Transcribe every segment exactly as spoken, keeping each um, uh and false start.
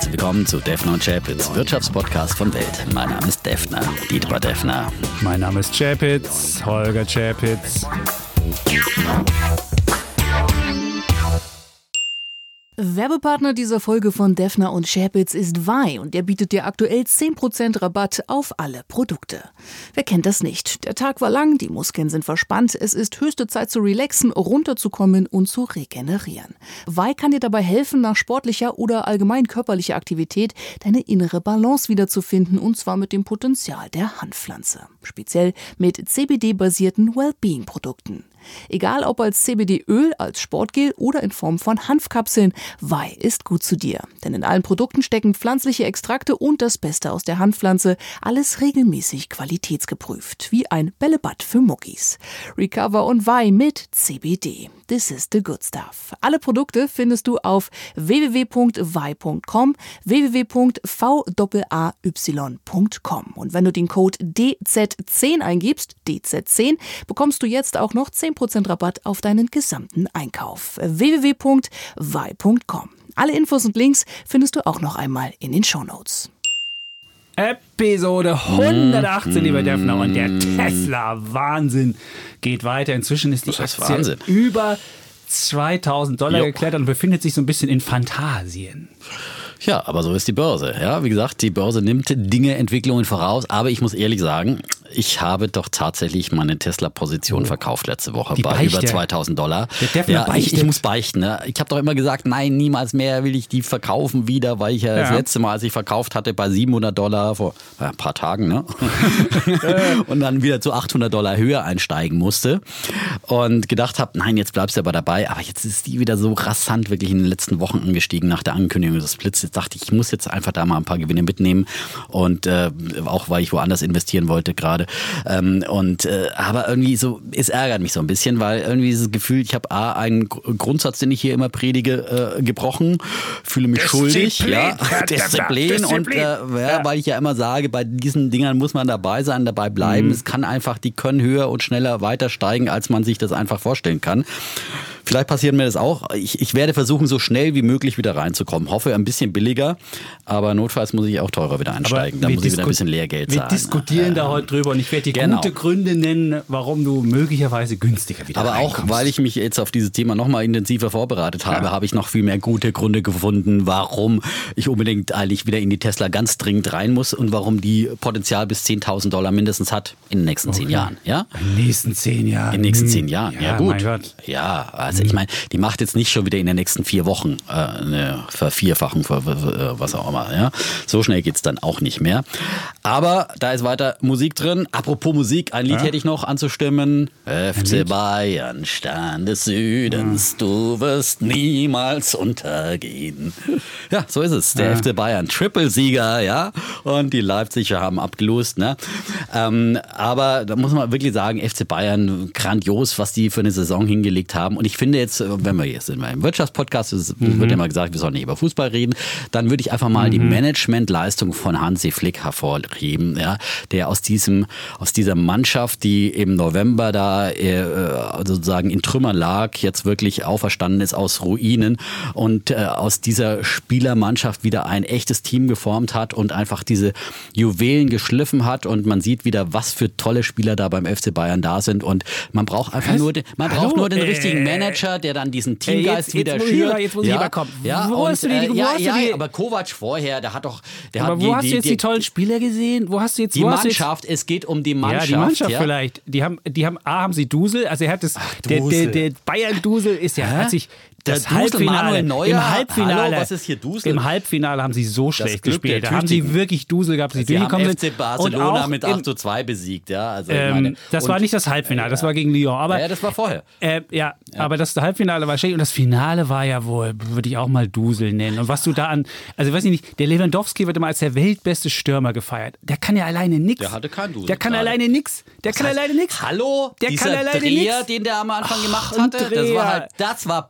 Herzlich willkommen zu Defner und Chapitz, Wirtschaftspodcast von Welt. Mein Name ist Defner, Dietmar Defner. Mein Name ist Chapitz, Holger Chapitz. Werbepartner dieser Folge von Defner und Chapitz ist Vai und der bietet dir aktuell zehn Prozent Rabatt auf alle Produkte. Wer kennt das nicht? Der Tag war lang, die Muskeln sind verspannt, es ist höchste Zeit zu relaxen, runterzukommen und zu regenerieren. Vai kann dir dabei helfen, nach sportlicher oder allgemein körperlicher Aktivität deine innere Balance wiederzufinden, und zwar mit dem Potenzial der Hanfpflanze. Speziell mit C B D-basierten Wellbeing-Produkten. Egal ob als C B D-Öl, als Sportgel oder in Form von Hanfkapseln, Vai ist gut zu dir. Denn in allen Produkten stecken pflanzliche Extrakte und das Beste aus der Hanfpflanze, alles regelmäßig qualitätsgeprüft, wie ein Bällebad für Muckis. Recover und Vai mit C B D. This is the good stuff. Alle Produkte findest du auf w w w punkt vai punkt com, w w w punkt v a a y punkt com. Und wenn du den Code D Z zehn eingibst, D Z zehn, bekommst du jetzt auch noch zehn Prozent Rabatt auf deinen gesamten Einkauf. w w w punkt vai punkt com. Alle Infos und Links findest du auch noch einmal in den Shownotes. Episode hundertachtzehn, lieber Defner, und der Tesla-Wahnsinn geht weiter. Inzwischen ist die Das ist Aktie Wahnsinn. über zweitausend Dollar Jo. geklettert und befindet sich so ein bisschen in Phantasien. Ja, aber so ist die Börse. Ja, wie gesagt, die Börse nimmt Dinge, Entwicklungen voraus. Aber ich muss ehrlich sagen, ich habe doch tatsächlich meine Tesla-Position Oh. verkauft letzte Woche Die bei Beichte. über zweitausend Dollar. Der Defner ja, ich, beichtet. ich muss beichten. Ne? Ich habe doch immer gesagt, nein, niemals mehr will ich die verkaufen wieder, weil ich ja, das Ja. letzte Mal, als ich verkauft hatte, bei siebenhundert Dollar vor ja, ein paar Tagen, ne? und dann wieder zu achthundert Dollar höher einsteigen musste und gedacht habe, nein, jetzt bleibst du aber dabei. Aber jetzt ist die wieder so rasant wirklich in den letzten Wochen angestiegen nach der Ankündigung des Splits. Jetzt dachte ich, ich muss jetzt einfach da mal ein paar Gewinne mitnehmen und äh, auch weil ich woanders investieren wollte gerade. Ähm, und äh, aber irgendwie so, es ärgert mich so ein bisschen, weil irgendwie dieses Gefühl, ich habe A, einen Gr- Grundsatz, den ich hier immer predige, äh, gebrochen, fühle mich schuldig, ja, Herr Disziplin, Defner, und äh, ja, Ja. weil ich ja immer sage, bei diesen Dingern muss man dabei sein, dabei bleiben. Mhm. Es kann einfach, die können höher und schneller weiter steigen, als man sich das einfach vorstellen kann. Vielleicht passiert mir das auch. Ich, ich werde versuchen, so schnell wie möglich wieder reinzukommen. Hoffe, ein bisschen billiger, aber notfalls muss ich auch teurer wieder einsteigen. Da wir muss ich wieder ein disku- bisschen Lehrgeld Wir zahlen. diskutieren Äh, da heute drüber und ich werde dir genau. gute Gründe nennen, warum du möglicherweise günstiger wieder Aber auch, reinkommst. weil ich mich jetzt auf dieses Thema nochmal intensiver vorbereitet habe, Ja. habe ich noch viel mehr gute Gründe gefunden, warum ich unbedingt eigentlich wieder in die Tesla ganz dringend rein muss und warum die Potenzial bis zehntausend Dollar mindestens hat in den nächsten zehn Okay. Jahren. Ja? In den nächsten zehn Jahren. In den nächsten Hm. zehn Jahren, ja, Ja, gut. mein Gott. Ja, also ich meine, die macht jetzt nicht schon wieder in den nächsten vier Wochen äh, eine Vervierfachung, ver, ver, was auch immer. Ja? So schnell geht's dann auch nicht mehr. Aber da ist weiter Musik drin. Apropos Musik, ein Lied Ja? hätte ich noch anzustimmen. F C Lied? Bayern, Stern des Südens, du wirst niemals untergehen. Ja, so ist es. Der Ja. F C Bayern, Triple-Sieger, ja. Und die Leipziger haben abgelost, ne? Ähm, aber da muss man wirklich sagen, F C Bayern, grandios, was die für eine Saison hingelegt haben. Und ich finde jetzt, wenn wir jetzt sind wir im Wirtschaftspodcast, es Mhm. wird ja mal gesagt, wir sollen nicht über Fußball reden, dann würde ich einfach mal Mhm. die Managementleistung von Hansi Flick hervorheben, ja, der aus diesem, aus dieser Mannschaft, die im November da äh, sozusagen in Trümmern lag, jetzt wirklich auferstanden ist aus Ruinen und äh, aus dieser Spielermannschaft wieder ein echtes Team geformt hat und einfach diese Juwelen geschliffen hat, und man sieht wieder, was für tolle Spieler da beim F C Bayern da sind, und man braucht einfach Was? nur den, man Hallo? braucht nur den Äh, richtigen Manager, der dann diesen Ey, Teamgeist jetzt- wieder jetzt muss ich schürt. aber- jetzt muss ich ja, aber kommen. ja, Wo und, hast du die- äh, wo ja, hast du ja, die- aber Kovac vorher, der hat doch, der Aber hat wo die, hast du jetzt die, die tollen Spieler gesehen? Wo hast du jetzt die wo hast du Mannschaft, es geht um die Jetzt, Mannschaft. ja, die Mannschaft ja. vielleicht. Die haben, die haben, A, haben sie Dusel, also er hat das, der, der, Dusel. der Bayern-Dusel ist ja, Hä? hat sich Der das Dusel, Halbfinale, Manuel Neuer? im Halbfinale, Hallo, was ist hier Dusel? Im Halbfinale haben sie so schlecht Glück der gespielt. Da haben sie Tüchtigen. wirklich Dusel gehabt, dass sie Sie haben durchgekommen F C sind. Barcelona Und auch mit im- acht zu zwei besiegt, ja. Also ich Ähm, meine, das und- war nicht das Halbfinale, das war gegen Lyon. Aber, Ja, das war vorher. Äh, ja, aber das Halbfinale war schlecht und das Finale war ja wohl, würde ich auch mal Dusel nennen. Und was du da an, also weiß ich nicht, der Lewandowski wird immer als der weltbeste Stürmer gefeiert. Der kann ja alleine nix. Der hatte keinen Dusel Der kann gerade. alleine nix. Der kann heißt, alleine nix. Hallo? Der Dieser kann alleine Dreher, nix. den der am Anfang Ach, gemacht ein hatte, das Dreher. war halt, das war Pech. Ey, die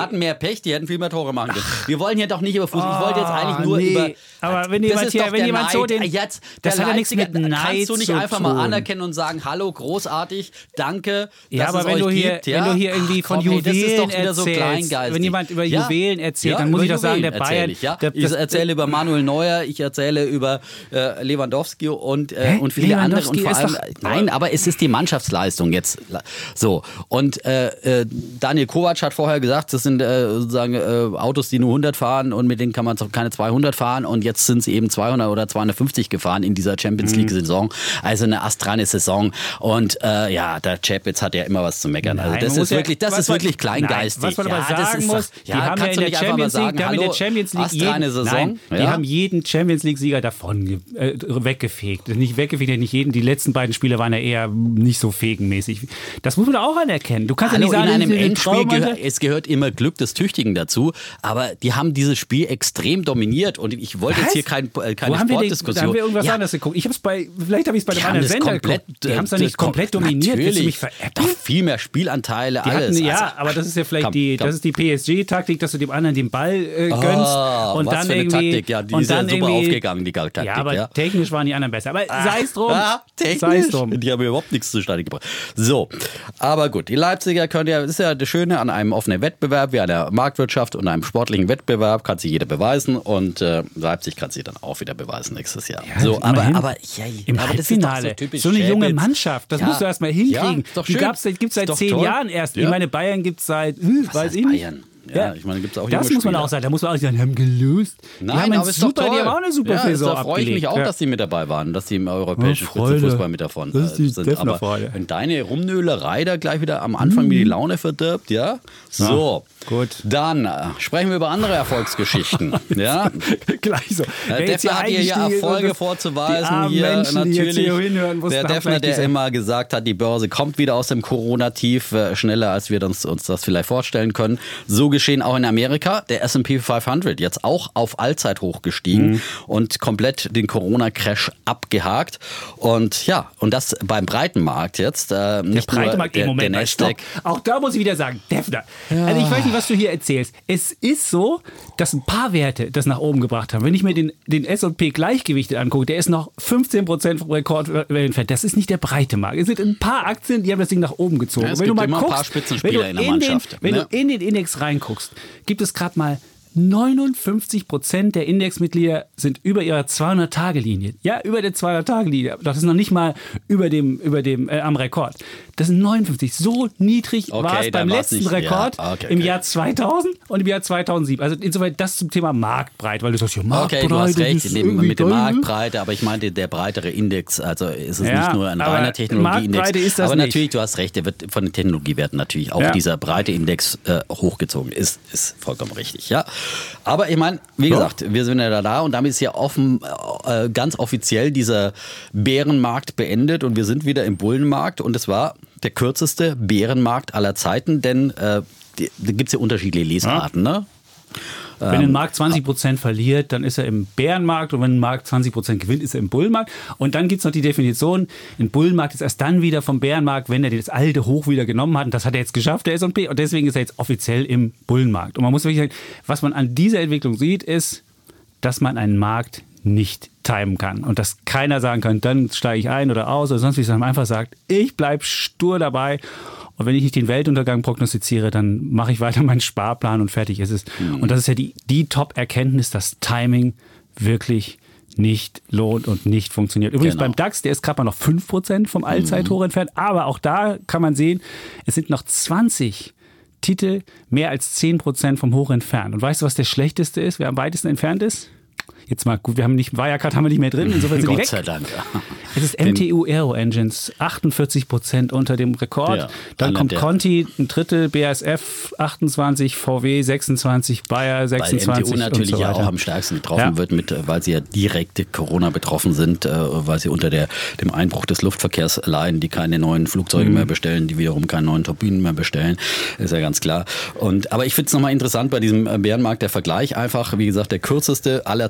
hatten mehr Pech, die hätten viel mehr Tore machen können. Wir wollen hier doch nicht über Fußball, ich wollte jetzt eigentlich nur nee. über... Aber wenn jemand, hier, wenn jemand so den... Jetzt, das hat ja nichts mit Neid kannst du nicht zu einfach tun. mal anerkennen und sagen, hallo, großartig, danke, ja, dass aber es wenn euch du hier, gibt. Ja? wenn du hier irgendwie Ach, von komm, hey, das ist Juwelen doch wieder so erzählst, kleingeistig. wenn jemand über ja? Juwelen erzählt, ja, dann muss ich doch sagen, der Juwelen Bayern... Ich, ja? der, ich erzähle über Manuel Neuer, ich erzähle über äh, Lewandowski und, äh, und viele andere. Und vor allem, nein, aber es ist die Mannschaftsleistung jetzt. So, und äh, äh, Daniel Kovac hat vorher gesagt, das sind äh, sozusagen äh, Autos, die nur hundert fahren und mit denen kann man keine zweihundert fahren und jetzt sind sie eben zweihundert oder zweihundertfünfzig gefahren in dieser Champions League Saison. Also eine astreine Saison und äh, ja, der Chapitz hat ja immer was zu meckern. Also Nein, das ist ja, wirklich, das ist wirklich kleingeistig. Nein, was man ja, aber sagen das ist, muss, die ja, haben ja in der Champions League, die haben in der Champions League jeden, Saison, nein, ja? die haben jeden Champions League Sieger davon äh, weggefegt. Nicht weggefegt, nicht jeden. Die letzten beiden Spiele waren ja eher nicht so fegenmäßig. Das muss man auch anerkennen. Du kannst Hallo, ja nicht sagen, in einem Endspiel gehör, gehört, es gehört immer Glück des Tüchtigen dazu, aber die haben dieses Spiel extrem dominiert und ich wollte Was? jetzt hier kein, äh, keine Wo haben Sportdiskussion. Wir den, haben wir irgendwas ja. anderes geguckt? Ich hab's bei, vielleicht habe ich es bei Die dem haben anderen das Sender komplett, geguckt. Die haben es doch nicht komplett dominiert. Willst du mich veräppeln? Doch viel mehr Spielanteile, Die alles. hatten, ja, also, aber das ist ja vielleicht komm, die, komm. das ist die P S G-Taktik, dass du dem anderen den Ball äh, gönnst Oh, und was dann für eine irgendwie Taktik, ja, die und ist ja dann super irgendwie, aufgegangen, die Taktik. Ja, aber ja. technisch waren die anderen besser. Aber sei es drum. Ah, Sei es technisch. drum. Die haben überhaupt nichts zustande gebracht. So, aber gut, die Leipziger können ja, das ist ja das Schöne an einem offenen Wettbewerb, wie an der Marktwirtschaft und einem sportlichen Wettbewerb, kann sich jeder beweisen und äh, Leipzig kann sich dann auch wieder beweisen nächstes Jahr. Ja, so, aber, immerhin. aber ja, Im aber das ist doch Halbfinale, so typisch so eine junge Schäbitz. Mannschaft, das Ja. musst du erst mal hinkriegen. Ja, ist doch die schön. gibt es seit Ist doch zehn toll. Jahren erst. Ja. Ich meine, Bayern gibt es seit, hm, Was weiß heißt ich nicht. Bayern? Ja, ich meine, gibt's auch Das junge muss man Spieler. auch sagen. Da muss man auch sagen, die haben gelöst. Die Nein, haben einen aber ist doch super, toll. die haben auch eine super ja, Saison Da freue ich mich abgelegt. auch, Ja. dass die mit dabei waren, dass die im europäischen Oh, Freude. Spitzenfußball mit davon Das ist die äh, sind. Defner Aber Freude. wenn deine Rumnöhlerei da gleich wieder am Anfang mir die Laune verdirbt, ja, so. gut. Dann äh, sprechen wir über andere Erfolgsgeschichten. ja. Gleich so. Äh, Wer jetzt Defner hat hier ja eingestiegen ist und Erfolge das- vorzuweisen. die armen Hier Menschen, die jetzt natürlich. hier hinhören mussten, der haben Defner, vielleicht der diese- immer gesagt hat, die Börse kommt wieder aus dem Corona-Tief äh, schneller, als wir uns, uns das vielleicht vorstellen können. So geschehen auch in Amerika. Der S and P fünfhundert jetzt auch auf Allzeithoch gestiegen Mhm. und komplett den Corona-Crash abgehakt. Und ja, und das beim breiten Markt jetzt. Äh, Der nicht breite nur Markt, der, im Moment der mal, stopp. Nasdaq. Auch da muss ich wieder sagen, Defner. Also ich weiß nicht, was du hier erzählst. Es ist so, dass ein paar Werte das nach oben gebracht haben. Wenn ich mir den, den S und P gleichgewichtet angucke, der ist noch fünfzehn Prozent vom Rekord entfernt. Das ist nicht der breite Markt. Es sind ein paar Aktien, die haben das Ding nach oben gezogen. Ja, es wenn gibt du mal immer ein guckst, paar Spitzenspieler wenn du in der in den, Mannschaft, Wenn ne? du in den Index reinguckst, gibt es gerade mal neunundfünfzig Prozent der Indexmitglieder sind über ihrer zweihundert-Tage-Linie. Ja, über der zweihundert-Tage-Linie. Das ist noch nicht mal über dem, über dem äh, am Rekord. Das sind neunundfünfzig. So niedrig Okay, war es dann beim war's letzten nicht- Rekord ja, okay, im okay. Jahr zweitausend und im Jahr zweitausendsieben. Also insoweit das zum Thema Marktbreite, weil du sagst, ja, Marktbreite, Okay, du hast recht, das ist neben, irgendwie mit der toll, ne? Marktbreite, aber ich meinte der breitere Index, also ist es Ja, nicht nur ein aber reiner Technologieindex. Marktbreite ist das aber nicht. natürlich, du hast recht, der wird von den Technologiewerten natürlich auch Ja. dieser breite Index äh, hochgezogen. Ist, ist vollkommen richtig, ja. Aber ich meine, wie gesagt, wir sind ja da, da und damit ist ja offen, äh, ganz offiziell dieser Bärenmarkt beendet und wir sind wieder im Bullenmarkt und es war der kürzeste Bärenmarkt aller Zeiten, denn äh, die, da gibt es ja unterschiedliche Lesarten, ne? Wenn ein Markt zwanzig Prozent verliert, dann ist er im Bärenmarkt und wenn ein Markt zwanzig Prozent gewinnt, ist er im Bullenmarkt. Und dann gibt es noch die Definition, ein Bullenmarkt ist erst dann wieder vom Bärenmarkt, wenn er das alte Hoch wieder genommen hat. Und das hat er jetzt geschafft, der S und P. Und deswegen ist er jetzt offiziell im Bullenmarkt. Und man muss wirklich sagen, was man an dieser Entwicklung sieht, ist, dass man einen Markt nicht timen kann. Und dass keiner sagen kann, dann steige ich ein oder aus oder sonst wie, sondern man einfach sagt, ich bleibe stur dabei. Und wenn ich nicht den Weltuntergang prognostiziere, dann mache ich weiter meinen Sparplan und fertig ist es. Mhm. Und das ist ja die, die Top-Erkenntnis, dass Timing wirklich nicht lohnt und nicht funktioniert. Übrigens Genau. beim DAX, der ist gerade mal noch fünf Prozent vom Allzeithoch mhm. entfernt. Aber auch da kann man sehen, es sind noch zwanzig Titel mehr als zehn Prozent vom Hoch entfernt. Und weißt du, was der schlechteste ist, wer am weitesten entfernt ist? Jetzt mal gut, wir haben nicht, Wirecard haben wir nicht mehr drin, insofern sind die Gott weg. sei Dank. Es ist M T U Aero Engines, achtundvierzig Prozent unter dem Rekord. Ja, Dann einer kommt der- Conti, ein Drittel, B A S F achtundzwanzig, V W sechsundzwanzig, Bayer Weil sechsundzwanzig M T U natürlich und so ja weiter. auch am stärksten getroffen Ja. wird, mit, weil sie ja direkt Corona betroffen sind, äh, weil sie unter der, dem Einbruch des Luftverkehrs leiden, die keine neuen Flugzeuge Mhm. mehr bestellen, die wiederum keine neuen Turbinen mehr bestellen, ist ja ganz klar. Und, aber ich finde es nochmal interessant bei diesem äh, Bärenmarkt, der Vergleich einfach, wie gesagt, der kürzeste aller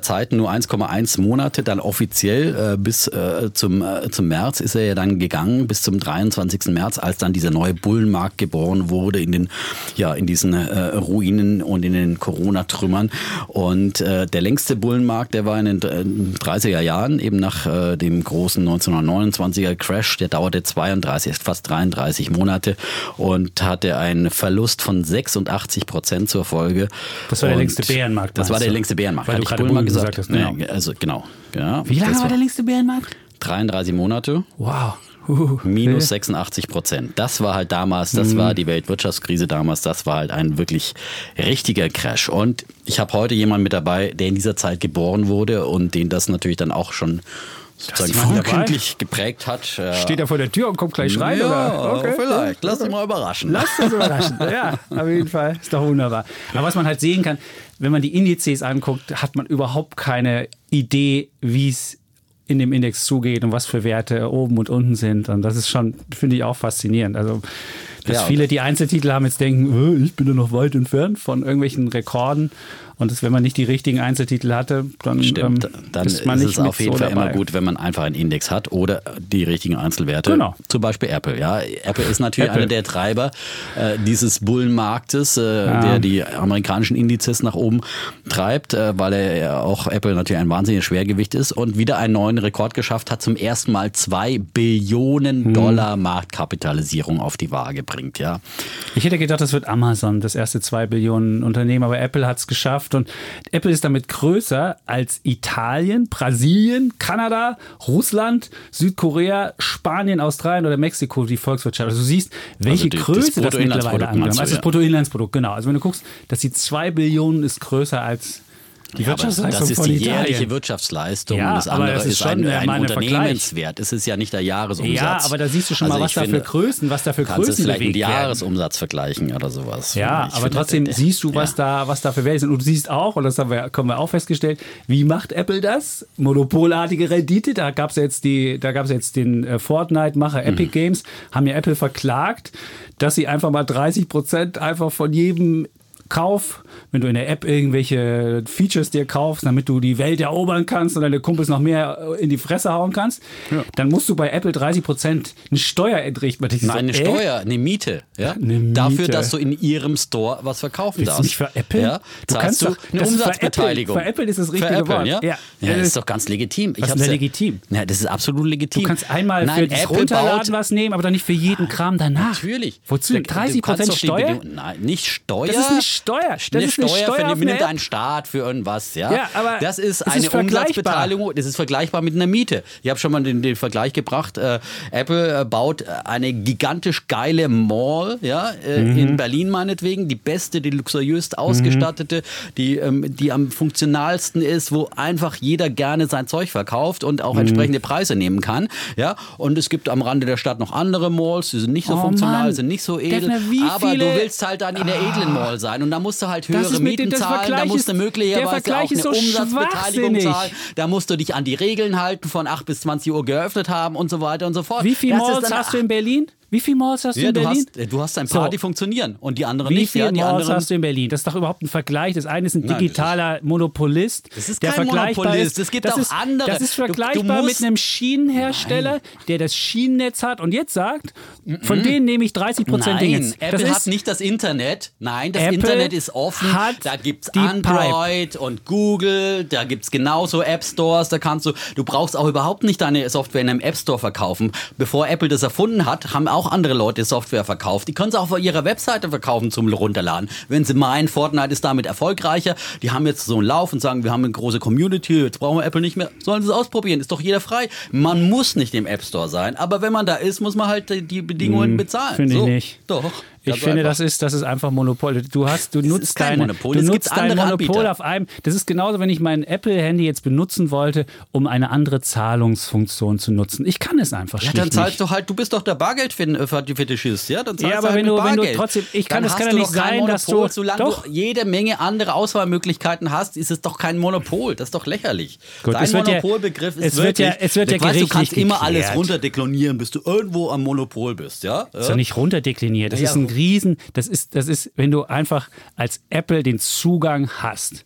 Zeiten nur eins Komma eins Monate, dann offiziell äh, bis äh, zum, äh, zum März ist er ja dann gegangen, bis zum dreiundzwanzigsten März, als dann dieser neue Bullenmarkt geboren wurde in den, ja, in diesen äh, Ruinen und in den Corona-Trümmern. Und äh, der längste Bullenmarkt, der war in den dreißiger Jahren, eben nach äh, dem großen neunzehnhundertneunundzwanziger Crash, der dauerte zweiunddreißig, fast dreiunddreißig Monate und hatte einen Verlust von sechsundachtzig Prozent zur Folge. Das war der und längste Bärenmarkt. Das war der längste Bärenmarkt. Weil du gerade Bullen gesagt hast. Genau. Nee, also genau. Ja, Wie lange war der längste Bärenmarkt? dreiunddreißig Monate. Wow. Uh, Minus sechsundachtzig Prozent. Das war halt damals, das mhm. war die Weltwirtschaftskrise damals, das war halt ein wirklich richtiger Crash. Und ich habe heute jemanden mit dabei, der in dieser Zeit geboren wurde und den das natürlich dann auch schon sozusagen frühkindlich geprägt hat. Steht er vor der Tür und kommt gleich rein? Ja, oder? Okay. Vielleicht. Lass dich mal überraschen. Lass dich überraschen. Ja, auf jeden Fall. Ist doch wunderbar. Aber was man halt sehen kann, wenn man die Indizes anguckt, hat man überhaupt keine Idee, wie es in dem Index zugeht und was für Werte oben und unten sind. Und das ist schon, finde ich, auch faszinierend. Also, dass ja, viele, die Einzeltitel haben, jetzt denken, ich bin ja noch weit entfernt von irgendwelchen Rekorden. Und das, wenn man nicht die richtigen Einzeltitel hatte, dann, Stimmt, ähm, dann ist man ist nicht es auf jeden so Fall dabei. immer gut, wenn man einfach einen Index hat oder die richtigen Einzelwerte. Genau. Zum Beispiel Apple. Ja, Apple ist natürlich Apple. einer der Treiber äh, dieses Bullenmarktes, äh, Ja. der die amerikanischen Indizes nach oben treibt, äh, weil er ja auch Apple natürlich ein wahnsinniges Schwergewicht ist und wieder einen neuen Rekord geschafft hat, zum ersten Mal zwei Billionen Hm. Dollar Marktkapitalisierung auf die Waage bringt. Ja. Ich hätte gedacht, das wird Amazon, das erste zwei Billionen Unternehmen, aber Apple hat es geschafft und Apple ist damit größer als Italien, Brasilien, Kanada, Russland, Südkorea, Spanien, Australien oder Mexiko, die Volkswirtschaft. Also du siehst, welche Also die- Größe das das mittlerweile Bruttoinlandsprodukt angenommen meinst hat. du, Also das ja. Bruttoinlandsprodukt, genau. Also wenn du guckst, dass die zwei Billionen ist größer als die Ja, aber Wirtschaftsleistung das ist von die Italien. jährliche Wirtschaftsleistung Ja, und das aber andere das ist ist, schon ein, der ein meine Unternehmenswert. Es ist ja nicht der Jahresumsatz. Ja, aber da siehst du schon mal, Also was ich da für finde, Größen, was da für kannst du Größen vielleicht mit bewegt werden. Jahresumsatz vergleichen oder sowas. Ja, Ich aber finde, trotzdem der- siehst du, was ja. da, was da für Werte sind. Und du siehst auch, und das haben wir, haben wir auch festgestellt, wie macht Apple das? Monopolartige Rendite. Da gab es jetzt die, da gab es jetzt den äh, Fortnite-Macher Epic Mhm. Games, haben ja Apple verklagt, dass sie einfach mal dreißig Prozent einfach von jedem Kauf, wenn du in der App irgendwelche Features dir kaufst, damit du die Welt erobern kannst und deine Kumpels noch mehr in die Fresse hauen kannst, Ja. dann musst du bei Apple dreißig Prozent eine Steuer entrichten. Ich Nein, so, eine äh? Steuer, eine Miete. Ja? Eine Miete. Dafür, dass du in ihrem Store was verkaufen Ist darfst. nicht für Apple? Ja? Du Zahlst kannst du doch- eine das ist für Umsatzbeteiligung. Apple. Für Apple ist das Für richtige Apple, Wort. Ja? Ja. Ja, das ist doch ganz legitim. Ich Was ist hab's denn ja- legitim? Ja, das ist absolut legitim. Du kannst einmal Nein, für das Apple Runterladen baut, was nehmen, aber dann nicht für jeden Kram danach. Natürlich. Wozu? Du- du dreißig kannst Prozent doch die Steuer? Bedingung- Nein, nicht Steuer. Das ist eine Steuer. Das eine ist eine Steuer, Steuer für auf die eine nimmt App. ein Staat für irgendwas. Ja, Ja, aber das ist es eine ist vergleichbar. Umsatzbeteiligung. Das ist vergleichbar mit einer Miete. Ich habe schon mal den, den Vergleich gebracht. Äh, Apple äh, baut eine gigantisch geile Mall, ja, äh, Mhm. in Berlin meinetwegen. Die beste, die luxuriöst ausgestattete, die, ähm, die am funktionalsten ist, wo einfach jeder gerne sein Zeug verkauft und auch Mhm. entsprechende Preise nehmen kann. Ja, und es gibt am Rande der Stadt noch andere Malls, die sind nicht so Oh funktional, Mann. sind nicht so edel. Defner, wie aber viele- du willst halt dann in der edlen Mall sein und da musst du halt Das höhere ist mit dem- Mieten das zahlen, da Vergleich musst du ist- der möglicherweise Vergleich auch ist eine so Umsatzbeteiligung schwachsinnig. zahlen, da musst du dich an die Regeln halten, von acht bis zwanzig Uhr geöffnet haben und so weiter und so fort. Wie viele Das ist Malls dann- hast du in Berlin? Wie viele Malls hast du Ja, in du Berlin? hast, du hast ein paar, So. die funktionieren und die anderen Wie nicht. viele Ja, die Malls anderen, hast du in Berlin? Das ist doch überhaupt ein Vergleich. Das eine ist ein Nein, das digitaler Monopolist. Das ist der kein vergleichbar Monopolist. Ist. Es gibt das auch ist, andere. Das ist Du- du vergleichbar musst- mit einem Schienenhersteller, der das Schienennetz hat und jetzt sagt, von denen nehme ich dreißig Prozent Nein, Dingens. Apple das hat ist, nicht das Internet. Nein, das Apple Internet ist offen. hat Da gibt's die Android und Google. Da gibt's genauso App Stores. Da kannst du, du brauchst auch überhaupt nicht deine Software in einem App Store verkaufen. Bevor Apple das erfunden hat, haben auch andere Leute Software verkauft. Die können sie auch auf ihrer Webseite verkaufen zum Runterladen. Wenn sie meinen, Fortnite ist damit erfolgreicher, die haben jetzt so einen Lauf und sagen, wir haben eine große Community, jetzt brauchen wir Apple nicht mehr, sollen sie es ausprobieren, ist doch jeder frei. Man muss nicht im App Store sein, aber wenn man da ist, muss man halt die Bedingungen bezahlen. finde ich so. nicht. Doch. Ich Ganz finde, einfach. das ist, das ist einfach Monopol. Du hast, du ist nutzt kein deine, Monopol. du Es nutzt gibt dein andere Monopol Anbieter. auf einem. Das ist genauso, wenn ich mein Apple-Handy jetzt benutzen wollte, um eine andere Zahlungsfunktion zu nutzen. Ich kann es einfach Ja, schlicht dann zahlst nicht. du halt, du bist doch der Bargeldfetischist, ja? Dann zahlst Ja, aber du halt wenn mit du- wenn du Bargeld. trotzdem- ich kann- Dann es kann hast ja du nicht doch kein sein, dass Monopol. du- Solange doch. du jede Menge andere Auswahlmöglichkeiten hast, ist es doch kein Monopol. Das ist doch lächerlich. Gut, Dein es wird ja- Monopolbegriff ist es wird ja- wirklich, es wird ja du weißt, du gerichtlich kannst immer alles geklärt. runterdeklinieren, bis du irgendwo am Monopol bist, ja? Das ist doch nicht runterdekliniert. Das Ja. ist ein Riesen, das ist, das ist, wenn du einfach als Apple den Zugang hast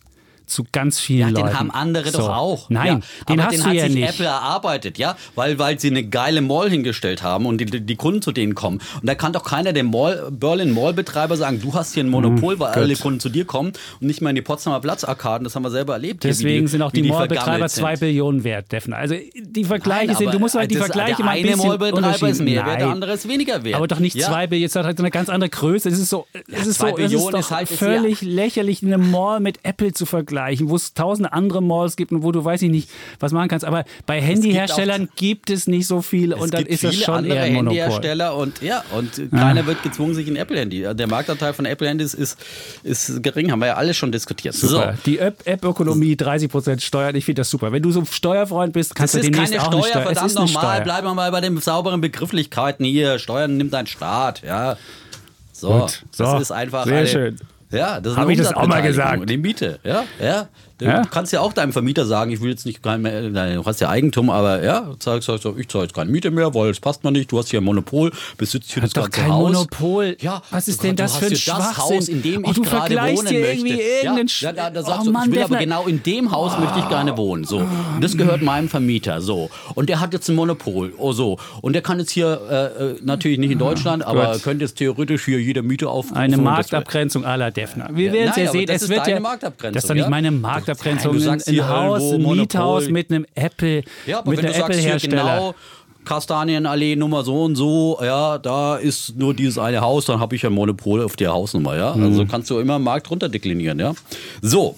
zu ganz vielen Ja, Leuten. den haben andere so. doch auch. Nein, ja, den aber hast den du hat ja sich nicht. Apple erarbeitet, ja, weil, weil sie eine geile Mall hingestellt haben und die, die Kunden zu denen kommen. Und da kann doch keiner dem Mall, Berlin Mall-Betreiber sagen, du hast hier ein Monopol, weil Gut. alle Kunden zu dir kommen und nicht mehr in die Potsdamer Platzarkaden. Das haben wir selber erlebt. hier, Deswegen wie sind auch die, wie Mallbetreiber vergammelt zwei sind. Billionen wert, Defner. Also die Vergleiche Nein, sind, du aber musst halt die das- Vergleiche der mal ein eine bisschen Mallbetreiber ist unterschieden. mehr wert, der Nein. andere ist weniger wert. Aber doch nicht ja? zwei Billionen, jetzt hat halt so eine ganz andere Größe. Es ist so, es ist zwei so, es ist Billionen doch ist halt- ist völlig lächerlich, eine Mall mit Apple zu vergleichen, wo es tausende andere Malls gibt und wo du, weiß ich nicht, was machen kannst. Aber bei Handyherstellern gibt es nicht so viel Es und dann gibt ist das viele schon andere eher ein Monopol. Handyhersteller und ja, und keiner wird gezwungen, sich ein Apple-Handy. Der Marktanteil von Apple-Handys ist, ist gering, haben wir ja alle schon diskutiert. Super. So. Die App- App-Ökonomie, dreißig Prozent Steuern, ich finde das super. Wenn du so Steuerfreund bist, kannst Das du ist demnächst keine auch eine Steuer, Steuer. Es verdammt ist eine nochmal. Steuer. Bleiben wir mal bei den sauberen Begrifflichkeiten hier. Steuern nimmt ein Staat, ja. So, Gut. So. das ist einfach Sehr eine, schön. Ja, das ist Hab eine ich das auch mal Umsatzbeteiligung. gesagt? Die Miete, ja, ja. Du Ja? kannst ja auch deinem Vermieter sagen, ich will jetzt nicht kein mehr, nein, du hast ja Eigentum, aber ja, sag, sag, sag, ich zahle jetzt keine Miete mehr, weil es passt mir nicht, du hast hier ein Monopol, besitzt hier Hat das doch ganze kein Haus. Monopol. Ja, Was ist du- denn du das hast für ein hier das Schwachsinn? Haus, in dem Oh, ich du gerade vergleichst wohnen hier möchte. irgendwie irgendeinen Sch- ja, da, da Oh sagst du, Mann, ich will aber Defner. genau in dem Haus möchte ich gerne wohnen. So. Und das gehört meinem Vermieter. So. Und der hat jetzt ein Monopol. Oh so. Und der kann jetzt hier, äh, äh, natürlich nicht in Deutschland, aber Gut. könnte jetzt theoretisch hier jede Miete aufrufen. Eine und das- Marktabgrenzung à la Defner. Wir Ja, werden es nein, ja aber sehen. das Es ist wird deine ja, Marktabgrenzung, das ist doch nicht ja? meine Marktabgrenzung. Nein, du sagst ein hier Haus, irgendwo ein Miethaus Monopol. mit einem Apple, Ja, aber mit wenn einem du sagst, hier Apple-Hersteller. genau Kastanienallee Nummer so und so, ja, da ist nur dieses eine Haus, dann habe ich ein Monopol auf der Hausnummer, ja. Mhm. Also kannst du immer am Markt runterdeklinieren, ja. So.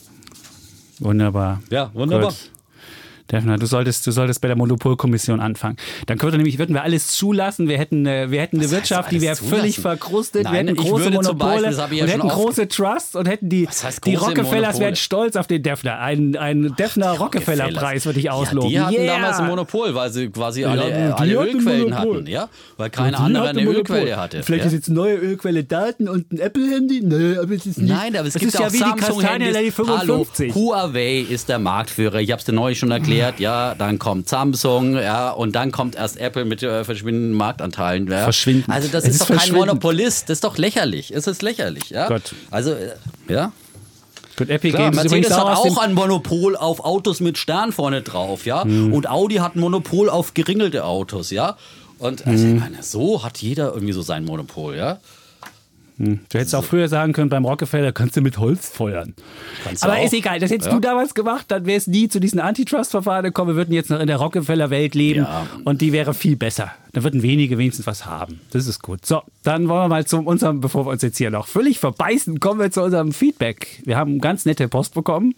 Wunderbar. Ja, wunderbar. Gut. Defner, du solltest, du solltest bei der Monopolkommission anfangen. Dann könnte nämlich, würden wir alles zulassen. Wir hätten, äh, wir hätten eine Was heißt Wirtschaft, die wäre alles völlig zulassen? verkrustet. Nein, wir hätten ich große würde zum Monopole Beispiel, das habe ich ja und schon hätten oft- große Trusts und hätten die, Was heißt die große Rockefellers Monopole? wären stolz auf den Defner. Ein, ein Defner Rockefeller-Preis würde ich ausloben. Ja, die hatten Yeah. damals ein Monopol, weil sie quasi Ja, alle, die alle hatten Ölquellen Monopol. hatten, ja. Weil keine Die andere hatten eine Monopol. Ölquelle hatte. Vielleicht ja? ist jetzt eine neue Ölquelle Daten und ein Apple-Handy? Nee, aber es ist nicht. Nein, aber es das gibt ist ja auch wie die Samsung-Handys. Kastanienallee Hallo, fünfundfünfzig. Huawei ist der Marktführer. Ich habe es dir neulich schon erklärt. Ja, dann kommt Samsung, ja, und dann kommt erst Apple mit äh, verschwindenden Marktanteilen. Ja. Verschwindend. Also das Es ist, ist doch kein verschwindend. Monopolist. Das ist doch lächerlich. Es ist lächerlich, ja. Gott. Also, äh, ja. Gut, Epic Klar, Games ist übrigens Mercedes hat auch aus dem auch ein Monopol auf Autos mit Stern vorne drauf, ja. Und Audi hat ein Monopol auf geringelte Autos, ja. Und also, ich meine, so hat jeder irgendwie so sein Monopol, ja. Du hättest auch früher sagen können, beim Rockefeller kannst du mit Holz feuern. Kannst du Aber auch. ist egal, das hättest Ja. du damals gemacht, dann wäre es nie zu diesen Antitrust-Verfahren gekommen. Wir würden jetzt noch in der Rockefeller-Welt leben Ja. und die wäre viel besser. Da würden wenige wenigstens was haben. Das ist gut. So, dann wollen wir mal zu unserem, bevor wir uns jetzt hier noch völlig verbeißen, kommen wir zu unserem Feedback. Wir haben ganz nette Post bekommen.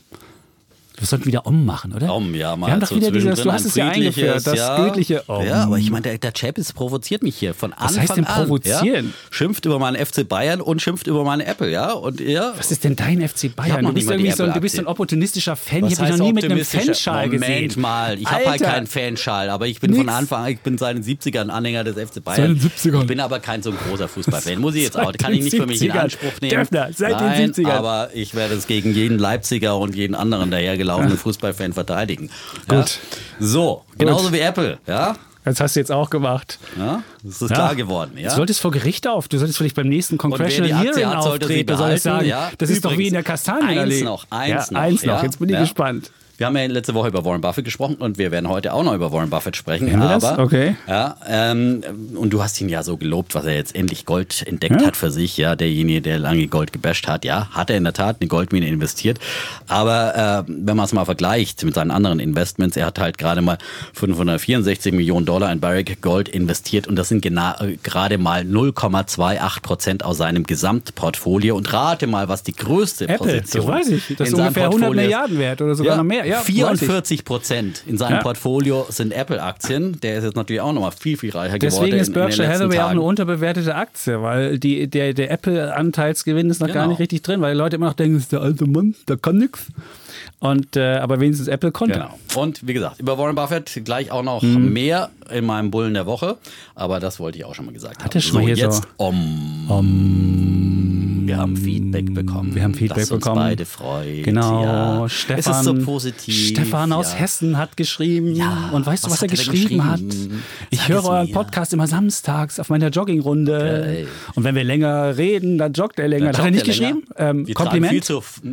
Wir sollten wieder Om machen, oder? Om, ja, mal Wir haben doch so wieder dieses, zwischendrin du hast ein es ja eingeführt, friedliches, das ja. göttliche Om. Ja, aber ich meine, der, der Chapitz provoziert mich hier von Was Anfang heißt denn an. provozieren? Ja? Schimpft über meinen F C Bayern und schimpft über meine Apple, ja. Und ja. Was ist denn dein F C Ich hab Bayern? noch Du bist nicht mal die irgendwie so ein, du bist so ein Apple-Aktie. opportunistischer Fan. Was Ich habe dich heißt noch nie mit einem optimistischer- Fanschal Moment gesehen. mal, ich habe halt Alter. keinen Fanschal, aber ich bin Nix. von Anfang an, ich bin seit den siebzigern Anhänger des F C Bayern. Seit den siebzigern. Ich bin aber kein so ein großer Fußballfan, muss ich jetzt Seit auch, kann den ich nicht für mich in siebzigern. Anspruch nehmen. Döffner, seit den Nein, siebzigern. aber ich werde es gegen jeden Leipziger und jeden anderen dahergelaufenen Fußballfan verteidigen. Ja? Gut. So, genauso wie Apple, ja? Das hast du jetzt auch gemacht. Ja, das ist Ja. klar geworden, ja. Du solltest vor Gericht auf. Du solltest vielleicht beim nächsten Congressional wer die Aktie Hearing hat, sollte sie auftreten. Du solltest behalten, sagen, ja. das ist doch wie Übrigens, in der Kastanienallee. eins noch, eins ja, noch, Eins noch, ja. jetzt bin ich Ja. gespannt. Wir haben ja letzte Woche über Warren Buffett gesprochen und wir werden heute auch noch über Warren Buffett sprechen. Werden wir das? aber, Okay. Ja, ähm, und du hast ihn ja so gelobt, was er jetzt endlich Gold entdeckt Ja. hat für sich. Ja, derjenige, der lange Gold gebasht hat, ja, hat er in der Tat eine Goldmine investiert. Aber äh, wenn man es mal vergleicht mit seinen anderen Investments, er hat halt gerade mal fünfhundertvierundsechzig Millionen Dollar in Barrick Gold investiert und das sind gena- äh, gerade mal null Komma achtundzwanzig Prozent aus seinem Gesamtportfolio. Und rate mal, was die größte Apple, Position das weiß ich. Das ist in seinem ungefähr hundert Portfolio ist. Milliarden wert oder sogar Ja, noch mehr. Ja, weiß ich. vierundvierzig Prozent in seinem Ja. Portfolio sind Apple-Aktien. Der ist jetzt natürlich auch nochmal viel, viel reicher geworden. Deswegen ist in- in den Berkshire letzten Hathaway auch eine Tagen. unterbewertete Aktie, weil die, der, der Apple-Anteilsgewinn ist noch gar Genau. nicht richtig drin, weil die Leute immer noch denken, das ist der alte Mann, der kann nichts. Und, äh, aber wenigstens Apple konnte. Genau. Und wie gesagt, über Warren Buffett gleich auch noch mehr in meinem Bullen der Woche. Aber das wollte ich auch schon mal gesagt Hat er haben. schon mal hier jetzt so- Om. Um, Wir haben Feedback bekommen. Wir haben Feedback das bekommen. Uns beide freut. Genau. Ja. Stefan, es ist so positiv. Stefan aus ja. Hessen hat geschrieben. Ja. Und weißt du, was, was er hat er geschrieben, geschrieben hat? Ich Sag höre es euren mir. Podcast immer samstags auf meiner Joggingrunde. Geil. Und wenn wir länger reden, dann joggt er länger. Dann Hat er nicht joggt er geschrieben? Ähm, Wir Kompliment. tragen viel zur F-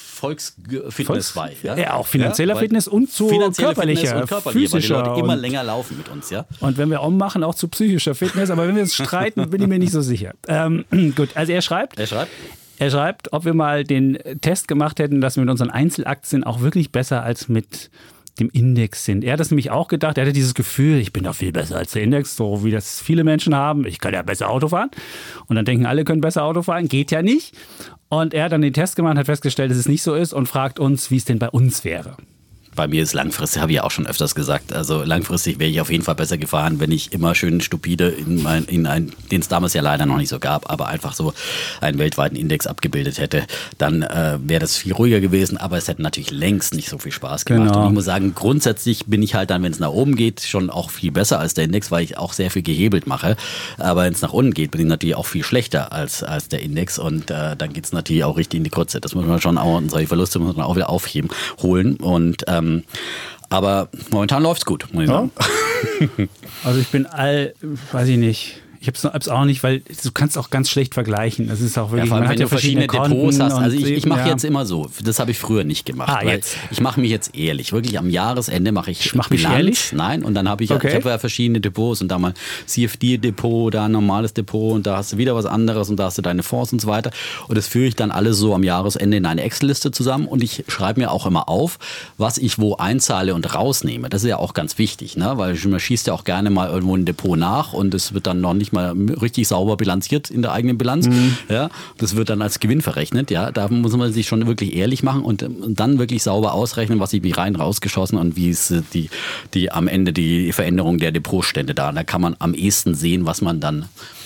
Volksfitness bei. Ja? Ja, auch finanzieller ja, Fitness und zu finanzielle körperlicher, Fitness und körperlicher, weil die physischer. Leute immer und, länger laufen mit uns. Ja? und wenn wir ummachen, auch zu psychischer Fitness. Aber wenn wir uns streiten, bin ich mir nicht so sicher. Ähm, gut, also er schreibt. Er schreibt. Er schreibt, ob wir mal den Test gemacht hätten, dass wir mit unseren Einzelaktien auch wirklich besser als mit dem Index sind. Er hat das nämlich auch gedacht. Er hatte dieses Gefühl, ich bin doch viel besser als der Index, so wie das viele Menschen haben. Ich kann ja besser Auto fahren. Und dann denken alle, können besser Auto fahren. Geht ja nicht. Und er hat dann den Test gemacht, hat festgestellt, dass es nicht so ist und fragt uns, wie es denn bei uns wäre. Bei mir ist langfristig, habe ich ja auch schon öfters gesagt, also langfristig wäre ich auf jeden Fall besser gefahren, wenn ich immer schön stupide in, mein, in ein, den es damals ja leider noch nicht so gab, aber einfach so einen weltweiten Index abgebildet hätte, dann äh, wäre das viel ruhiger gewesen, aber es hätte natürlich längst nicht so viel Spaß gemacht. Genau. Und ich muss sagen, grundsätzlich bin ich halt dann, wenn es nach oben geht, schon auch viel besser als der Index, weil ich auch sehr viel gehebelt mache, aber wenn es nach unten geht, bin ich natürlich auch viel schlechter als, als der Index und äh, dann geht es natürlich auch richtig in die Kurze. Das muss man schon auch, und solche Verluste muss man auch wieder aufheben, holen und ähm, aber momentan läuft's gut, muss ich Ja. sagen. Also ich bin all, weiß ich nicht. Ich habe es auch nicht, weil du kannst auch ganz schlecht vergleichen. Das ist auch wirklich, Ja, vor allem, man wenn hat ja du verschiedene verschiedene Depots Konten hast. Also und ich, ich mache ja. jetzt immer so, das habe ich früher nicht gemacht. Ah, weil jetzt. Ich mache mich jetzt ehrlich, wirklich am Jahresende mache ich, Ich mach mich Bilanz. ehrlich? Nein, und dann habe ich, Okay. ich habe ja verschiedene Depots und da mal C F D-Depot, da ein normales Depot und da hast du wieder was anderes und da hast du deine Fonds und so weiter. Und das führe ich dann alles so am Jahresende in eine Excel-Liste zusammen und ich schreibe mir auch immer auf, was ich wo einzahle und rausnehme. Das ist ja auch ganz wichtig, ne? Weil man schießt ja auch gerne mal irgendwo ein Depot nach und es wird dann noch nicht mal richtig sauber bilanziert in der eigenen Bilanz. Mhm. Ja, das wird dann als Gewinn verrechnet. Ja, da muss man sich schon wirklich ehrlich machen und, und dann wirklich sauber ausrechnen, was ich wie rein rausgeschossen und wie ist die, die am Ende die Veränderung der Depotstände da. Da kann man am ehesten sehen, was man dann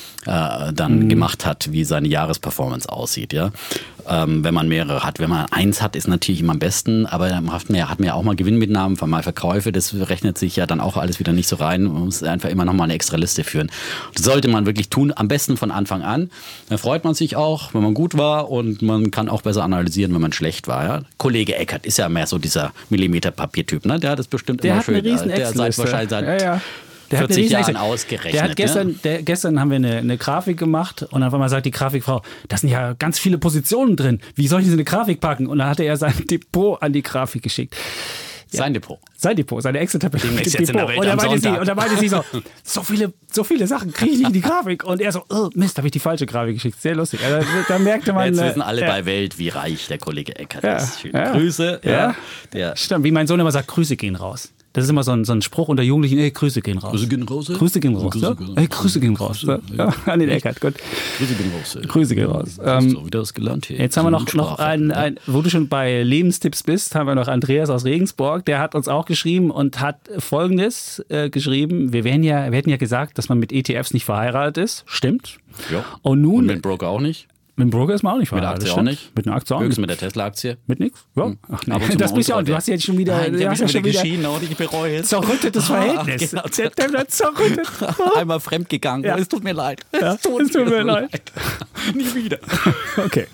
äh, dann mhm. gemacht hat, wie seine Jahresperformance aussieht. Ja, ähm, wenn man mehrere hat, wenn man eins hat, ist natürlich immer am besten. Aber dann hat man, hat man ja auch mal Gewinnmitnahmen, mal Verkäufe. Das rechnet sich ja dann auch alles wieder nicht so rein. Man muss einfach immer noch mal eine extra Liste führen. Das sollte man wirklich tun. Am besten von Anfang an. Dann freut man sich auch, wenn man gut war und man kann auch besser analysieren, wenn man schlecht war. Ja? Kollege Eckert ist ja mehr so dieser Millimeter-Papier-Typ. Ne? Der hat das bestimmt Der immer hat schön. eine riesen Der seit Excel-Liste. wahrscheinlich seit Ja, ja. Der hat eine vierzig riesen Jahren Excel. ausgerechnet. Der hat gestern, ja? der, gestern haben wir eine, eine Grafik gemacht und auf einmal sagt die Grafikfrau, da sind ja ganz viele Positionen drin. Wie soll ich diese Grafik packen? Und dann hatte er sein Depot an die Grafik geschickt. Ja. Sein Depot. Sein Depot, seine Excel-Tabelle. Demnächst jetzt in der Welt Und am da meinte sie, Sonntag. und da meinte sie so, so viele, so viele Sachen kriege ich nicht in die Grafik. Und er so, oh, Mist, habe ich die falsche Grafik geschickt. Sehr lustig. Also, da merkte man... Jetzt äh, wissen alle ja. bei Welt, wie reich der Kollege Eckert Ja, ist. Schöne ja. Grüße. Ja. Ja. Der Stimmt, wie mein Sohn immer sagt, Grüße gehen raus. Das ist immer so ein, so ein Spruch unter Jugendlichen, hey, Grüße gehen raus. Grüße gehen raus. Grüße gehen raus. Grüße ja? gehen raus. Hey, Grüße gehen raus. Ja, ja, an den Eckert, gut. Grüße gehen raus. Grüße gehen raus. Hast Ähm, du wieder was gelernt hier. Jetzt haben wir noch, noch ein, ein, wo du schon bei Lebenstipps bist, haben wir noch Andreas aus Regensburg, der hat uns auch geschrieben und hat Folgendes äh, geschrieben. Wir, wären ja, wir hätten ja gesagt, dass man mit E T Fs nicht verheiratet ist. Stimmt. Ja. Und nun, Und mit dem Broker auch nicht. mit dem Broker ist man auch nicht Mit der verheiratet. Aktie auch stimmt. nicht. Mit einer Aktie auch Höchstens nicht. mit der Tesla-Aktie. Mit nichts? Ja. Ach, nee. Ab und zu Das mal bist ja auch, uns du hast jetzt schon wieder, Nein, du der hast ist ja wieder schon wieder geschieden und ich bereue es. zerrüttetes Verhältnis. genau. Der, der, der zerrüttet. Einmal fremdgegangen. Ja. Es tut mir leid. Ja, Es tut, es tut mir leid. Nie wieder. Okay.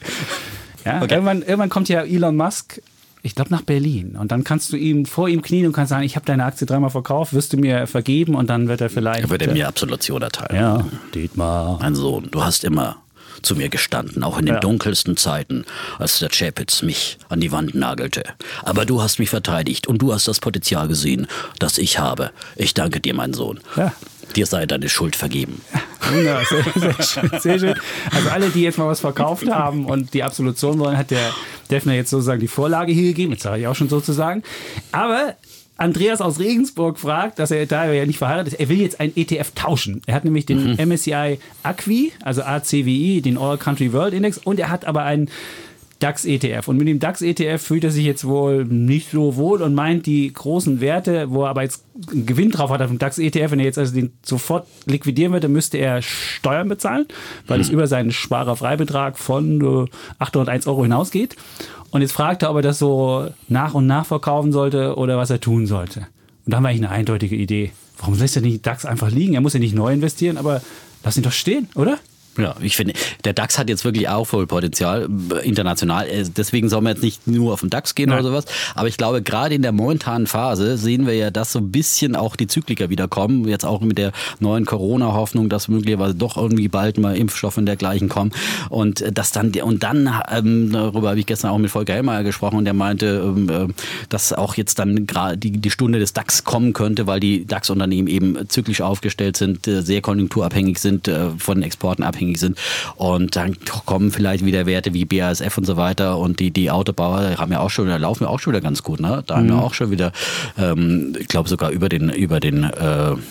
Ja, Okay. Irgendwann, irgendwann kommt ja Elon Musk, ich glaube, nach Berlin. Und dann kannst du ihm vor ihm knien und kannst sagen, ich habe deine Aktie dreimal verkauft, wirst du mir vergeben und dann wird er vielleicht... Er würde mir Absolution erteilen. Ja, Dietmar. Mein Sohn, du hast immer zu mir gestanden, auch in den Ja. dunkelsten Zeiten, als der Chapitz mich an die Wand nagelte. Aber du hast mich verteidigt und du hast das Potenzial gesehen, das ich habe. Ich danke dir, mein Sohn. Ja. Dir sei deine Schuld vergeben. Ja, sehr, sehr, schön, sehr schön. Also alle, die jetzt mal was verkauft haben und die Absolution wollen, hat der Defner jetzt sozusagen die Vorlage hier gegeben. Jetzt sage ich auch schon sozusagen. Aber Andreas aus Regensburg fragt, dass er, da er ja nicht verheiratet ist, er will jetzt einen E T F tauschen. Er hat nämlich den mhm. M S C I A C V I, also A C W I, den All Country World Index, und er hat aber einen DAX-E T F. Und mit dem DAX-E T F fühlt er sich jetzt wohl nicht so wohl und meint, die großen Werte, wo er aber jetzt einen Gewinn drauf hat auf dem DAX-E T F, wenn er jetzt also den sofort liquidieren würde, müsste er Steuern bezahlen, weil es über seinen Sparerfreibetrag von äh, achthunderteins Euro hinausgeht. Und jetzt fragt er, ob er das so nach und nach verkaufen sollte oder was er tun sollte. Und da haben wir eigentlich eine eindeutige Idee. Warum lässt er nicht DAX einfach liegen? Er muss ja nicht neu investieren, aber lass ihn doch stehen, oder? Ja, ich finde, der DAX hat jetzt wirklich Aufholpotenzial international. Deswegen soll man jetzt nicht nur auf den DAX gehen, nein, oder sowas. Aber ich glaube, gerade in der momentanen Phase sehen wir ja, dass so ein bisschen auch die Zykliker wieder kommen. Jetzt auch mit der neuen Corona-Hoffnung, dass möglicherweise doch irgendwie bald mal Impfstoffe und dergleichen kommen. Und das dann, und dann, ähm, darüber habe ich gestern auch mit Volker Hellmeier gesprochen und der meinte, ähm, dass auch jetzt dann gerade die, die Stunde des DAX kommen könnte, weil die DAX-Unternehmen eben zyklisch aufgestellt sind, sehr konjunkturabhängig sind, von den Exporten abhängig sind und dann kommen vielleicht wieder Werte wie B A S F und so weiter und die, die Autobauer haben ja auch schon, da laufen ja auch schon wieder ganz gut, ne? Da haben wir mhm. auch schon wieder, ähm, ich glaube sogar über den, über den äh, äh,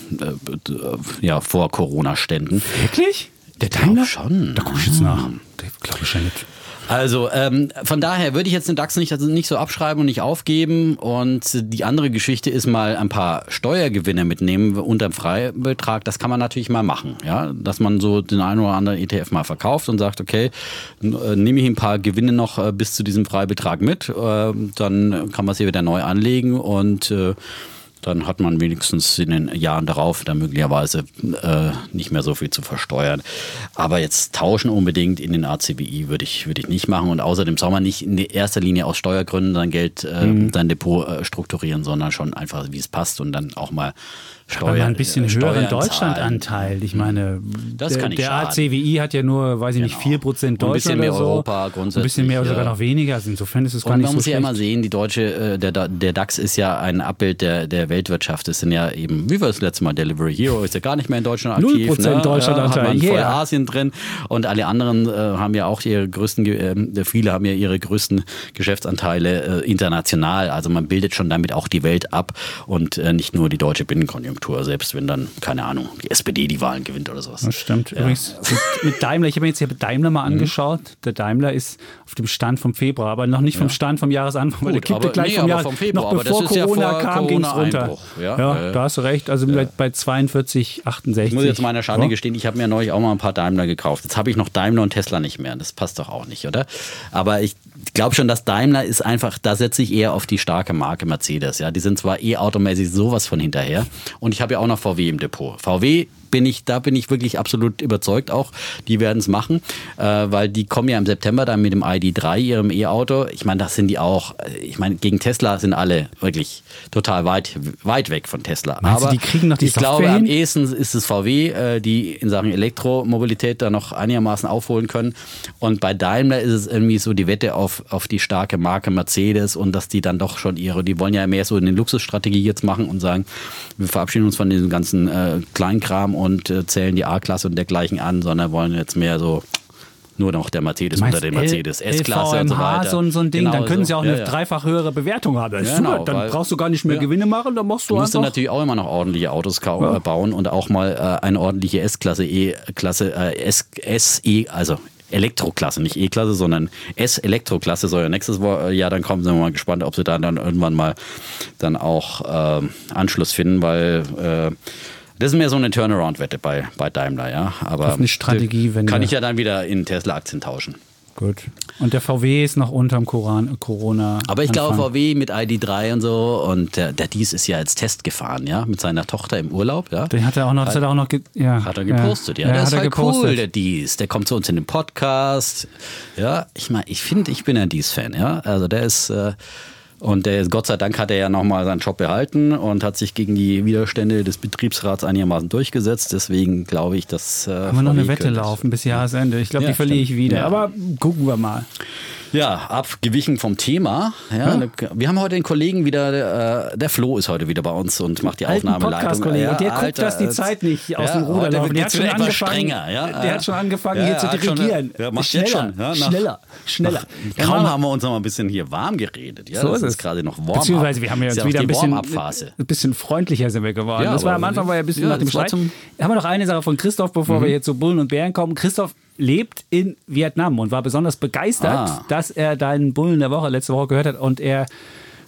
ja, Vor-Corona-Ständen. Wirklich? Der Daimler? Schon. Da guck ich jetzt nach. Der glaube ich ja nicht. Also ähm, von daher würde ich jetzt den DAX nicht, also nicht so abschreiben und nicht aufgeben. Und die andere Geschichte ist mal ein paar Steuergewinne mitnehmen unterm Freibetrag. Das kann man natürlich mal machen, ja, dass man so den einen oder anderen E T F mal verkauft und sagt, okay, nehme ich ein paar Gewinne noch äh, bis zu diesem Freibetrag mit, äh, dann kann man sie wieder neu anlegen und äh, dann hat man wenigstens in den Jahren darauf dann möglicherweise äh, nicht mehr so viel zu versteuern. Aber jetzt tauschen unbedingt in den A C W I würde ich, würde ich nicht machen. Und außerdem soll man nicht in erster Linie aus Steuergründen sein Geld, äh, mhm. sein Depot äh, strukturieren, sondern schon einfach, wie es passt und dann auch mal Steuern, aber ein bisschen höheren Deutschlandanteil. Ich meine, das der, kann nicht der A C W I hat ja nur, weiß ich genau. nicht, vier Prozent Deutschland oder so. Ein bisschen mehr so. Europa grundsätzlich. Ein bisschen mehr oder ja. sogar noch weniger. Also insofern ist es gar und nicht so man muss schlecht. ja immer sehen, die deutsche, der, der DAX ist ja ein Abbild der, der Weltwirtschaft. Es sind ja eben, wie war das letzte Mal, Delivery Hero ist ja gar nicht mehr in Deutschland aktiv. null Prozent ne? Deutschlandanteil. Ja, hat man yeah. voll Asien drin und alle anderen äh, haben ja auch ihre größten, äh, viele haben ja ihre größten Geschäftsanteile äh, international. Also man bildet schon damit auch die Welt ab und äh, nicht nur die deutsche Binnenkonjunktur, selbst wenn dann, keine Ahnung, die S P D die Wahlen gewinnt oder sowas. Das stimmt. Ja. Übrigens mit, mit Daimler, ich habe mir jetzt hier Daimler mal angeschaut. Mhm. Der Daimler ist auf dem Stand vom Februar, aber noch nicht vom ja. Stand vom Jahresanfang, weil der kippte gleich nee, vom Jahr, vom Februar, noch bevor Corona ja kam, ging es runter. Ja, ja äh, da hast du recht. Also ja. bei zweiundvierzig, achtundsechzig. Ich muss jetzt meiner Schande ja. gestehen, ich habe mir neulich auch mal ein paar Daimler gekauft. Jetzt habe ich noch Daimler und Tesla nicht mehr. Das passt doch auch nicht, oder? Aber ich glaube schon, dass Daimler ist einfach, da setze ich eher auf die starke Marke Mercedes. Ja, die sind zwar eh automäßig sowas von hinterher. Und ich habe ja auch noch V W im Depot. V W bin ich, da bin ich wirklich absolut überzeugt auch, die werden es machen, äh, weil die kommen ja im September dann mit dem I D drei, ihrem E-Auto. Ich meine, das sind die auch, ich meine, gegen Tesla sind alle wirklich total weit, weit weg von Tesla. Meinst Aber du, die kriegen noch die ich Software glaube, hin? am ehesten ist es V W, äh, die in Sachen Elektromobilität da noch einigermaßen aufholen können. Und bei Daimler ist es irgendwie so die Wette auf, auf die starke Marke Mercedes und dass die dann doch schon ihre, die wollen ja mehr so eine Luxusstrategie jetzt machen und sagen, wir verabschieden uns von diesem ganzen äh, Kleinkram und äh, zählen die A-Klasse und dergleichen an, sondern wollen jetzt mehr so nur noch der Mercedes unter den Mercedes S-Klasse und so weiter. So ein, so ein Ding, genau dann können so. sie auch ja, eine ja. dreifach höhere Bewertung haben. Das ist Genau, super, dann weil, brauchst du gar nicht mehr ja. Gewinne machen, dann machst du, du musst einfach... Du natürlich auch immer noch ordentliche Autos ja. bauen und auch mal äh, eine ordentliche S-Klasse, E-Klasse, äh, S, S, E, also Elektroklasse, nicht E-Klasse, sondern S-Elektroklasse soll ja nächstes Jahr dann kommen. Sind wir mal gespannt, ob sie da dann irgendwann mal dann auch äh, Anschluss finden, weil äh, das ist mehr so eine Turnaround-Wette bei, bei Daimler, ja. Aber eine Strategie, wenn kann ich ja dann wieder in Tesla-Aktien tauschen. Gut. Und der V W ist noch unterm Corona. Aber ich glaube, V W mit I D drei und so und der, der Dies ist ja als Test gefahren, ja, mit seiner Tochter im Urlaub, ja. Den hat er auch noch, das hat er auch noch, ge- ja. Hat er gepostet, ja. ja. ja der ist halt gepostet. cool, der Dies. Der kommt zu uns in den Podcast, ja. Ich meine, ich finde, ich bin ein Dies-Fan, ja. Also der ist... Äh, Und der, Gott sei Dank hat er ja nochmal seinen Job behalten und hat sich gegen die Widerstände des Betriebsrats einigermaßen durchgesetzt. Deswegen glaube ich, dass... Äh, Haben wir noch eine Wette laufen bis Jahresende. Ich glaube, ja, die verliere ich wieder. Ja. Aber gucken wir mal. Ja, abgewichen vom Thema. Ja, ja. Wir haben heute den Kollegen wieder, äh, der Flo ist heute wieder bei uns und macht die Alten Aufnahmeleitung. Ja, der Alter, guckt, dass die Zeit nicht aus ja, dem Ruder läuft. Der hat schon angefangen, strenger, ja. der hat schon angefangen ja, hier zu dirigieren. Schon, ja, macht schneller, jetzt schon. Ja, nach, schneller, schneller. Nach, kaum haben wir uns noch mal ein bisschen hier warm geredet. Ja, so das ist ist gerade noch warm. Beziehungsweise wir haben ja uns ja wieder ein bisschen, ein bisschen freundlicher sind wir geworden. Ja, das war am Anfang war ja ein bisschen ja, nach dem Streit. Haben wir noch eine Sache von Christoph, bevor mhm. wir jetzt zu Bullen und Bären kommen. Christoph lebt in Vietnam und war besonders begeistert, ah. dass er deinen Bullen der Woche letzte Woche gehört hat und er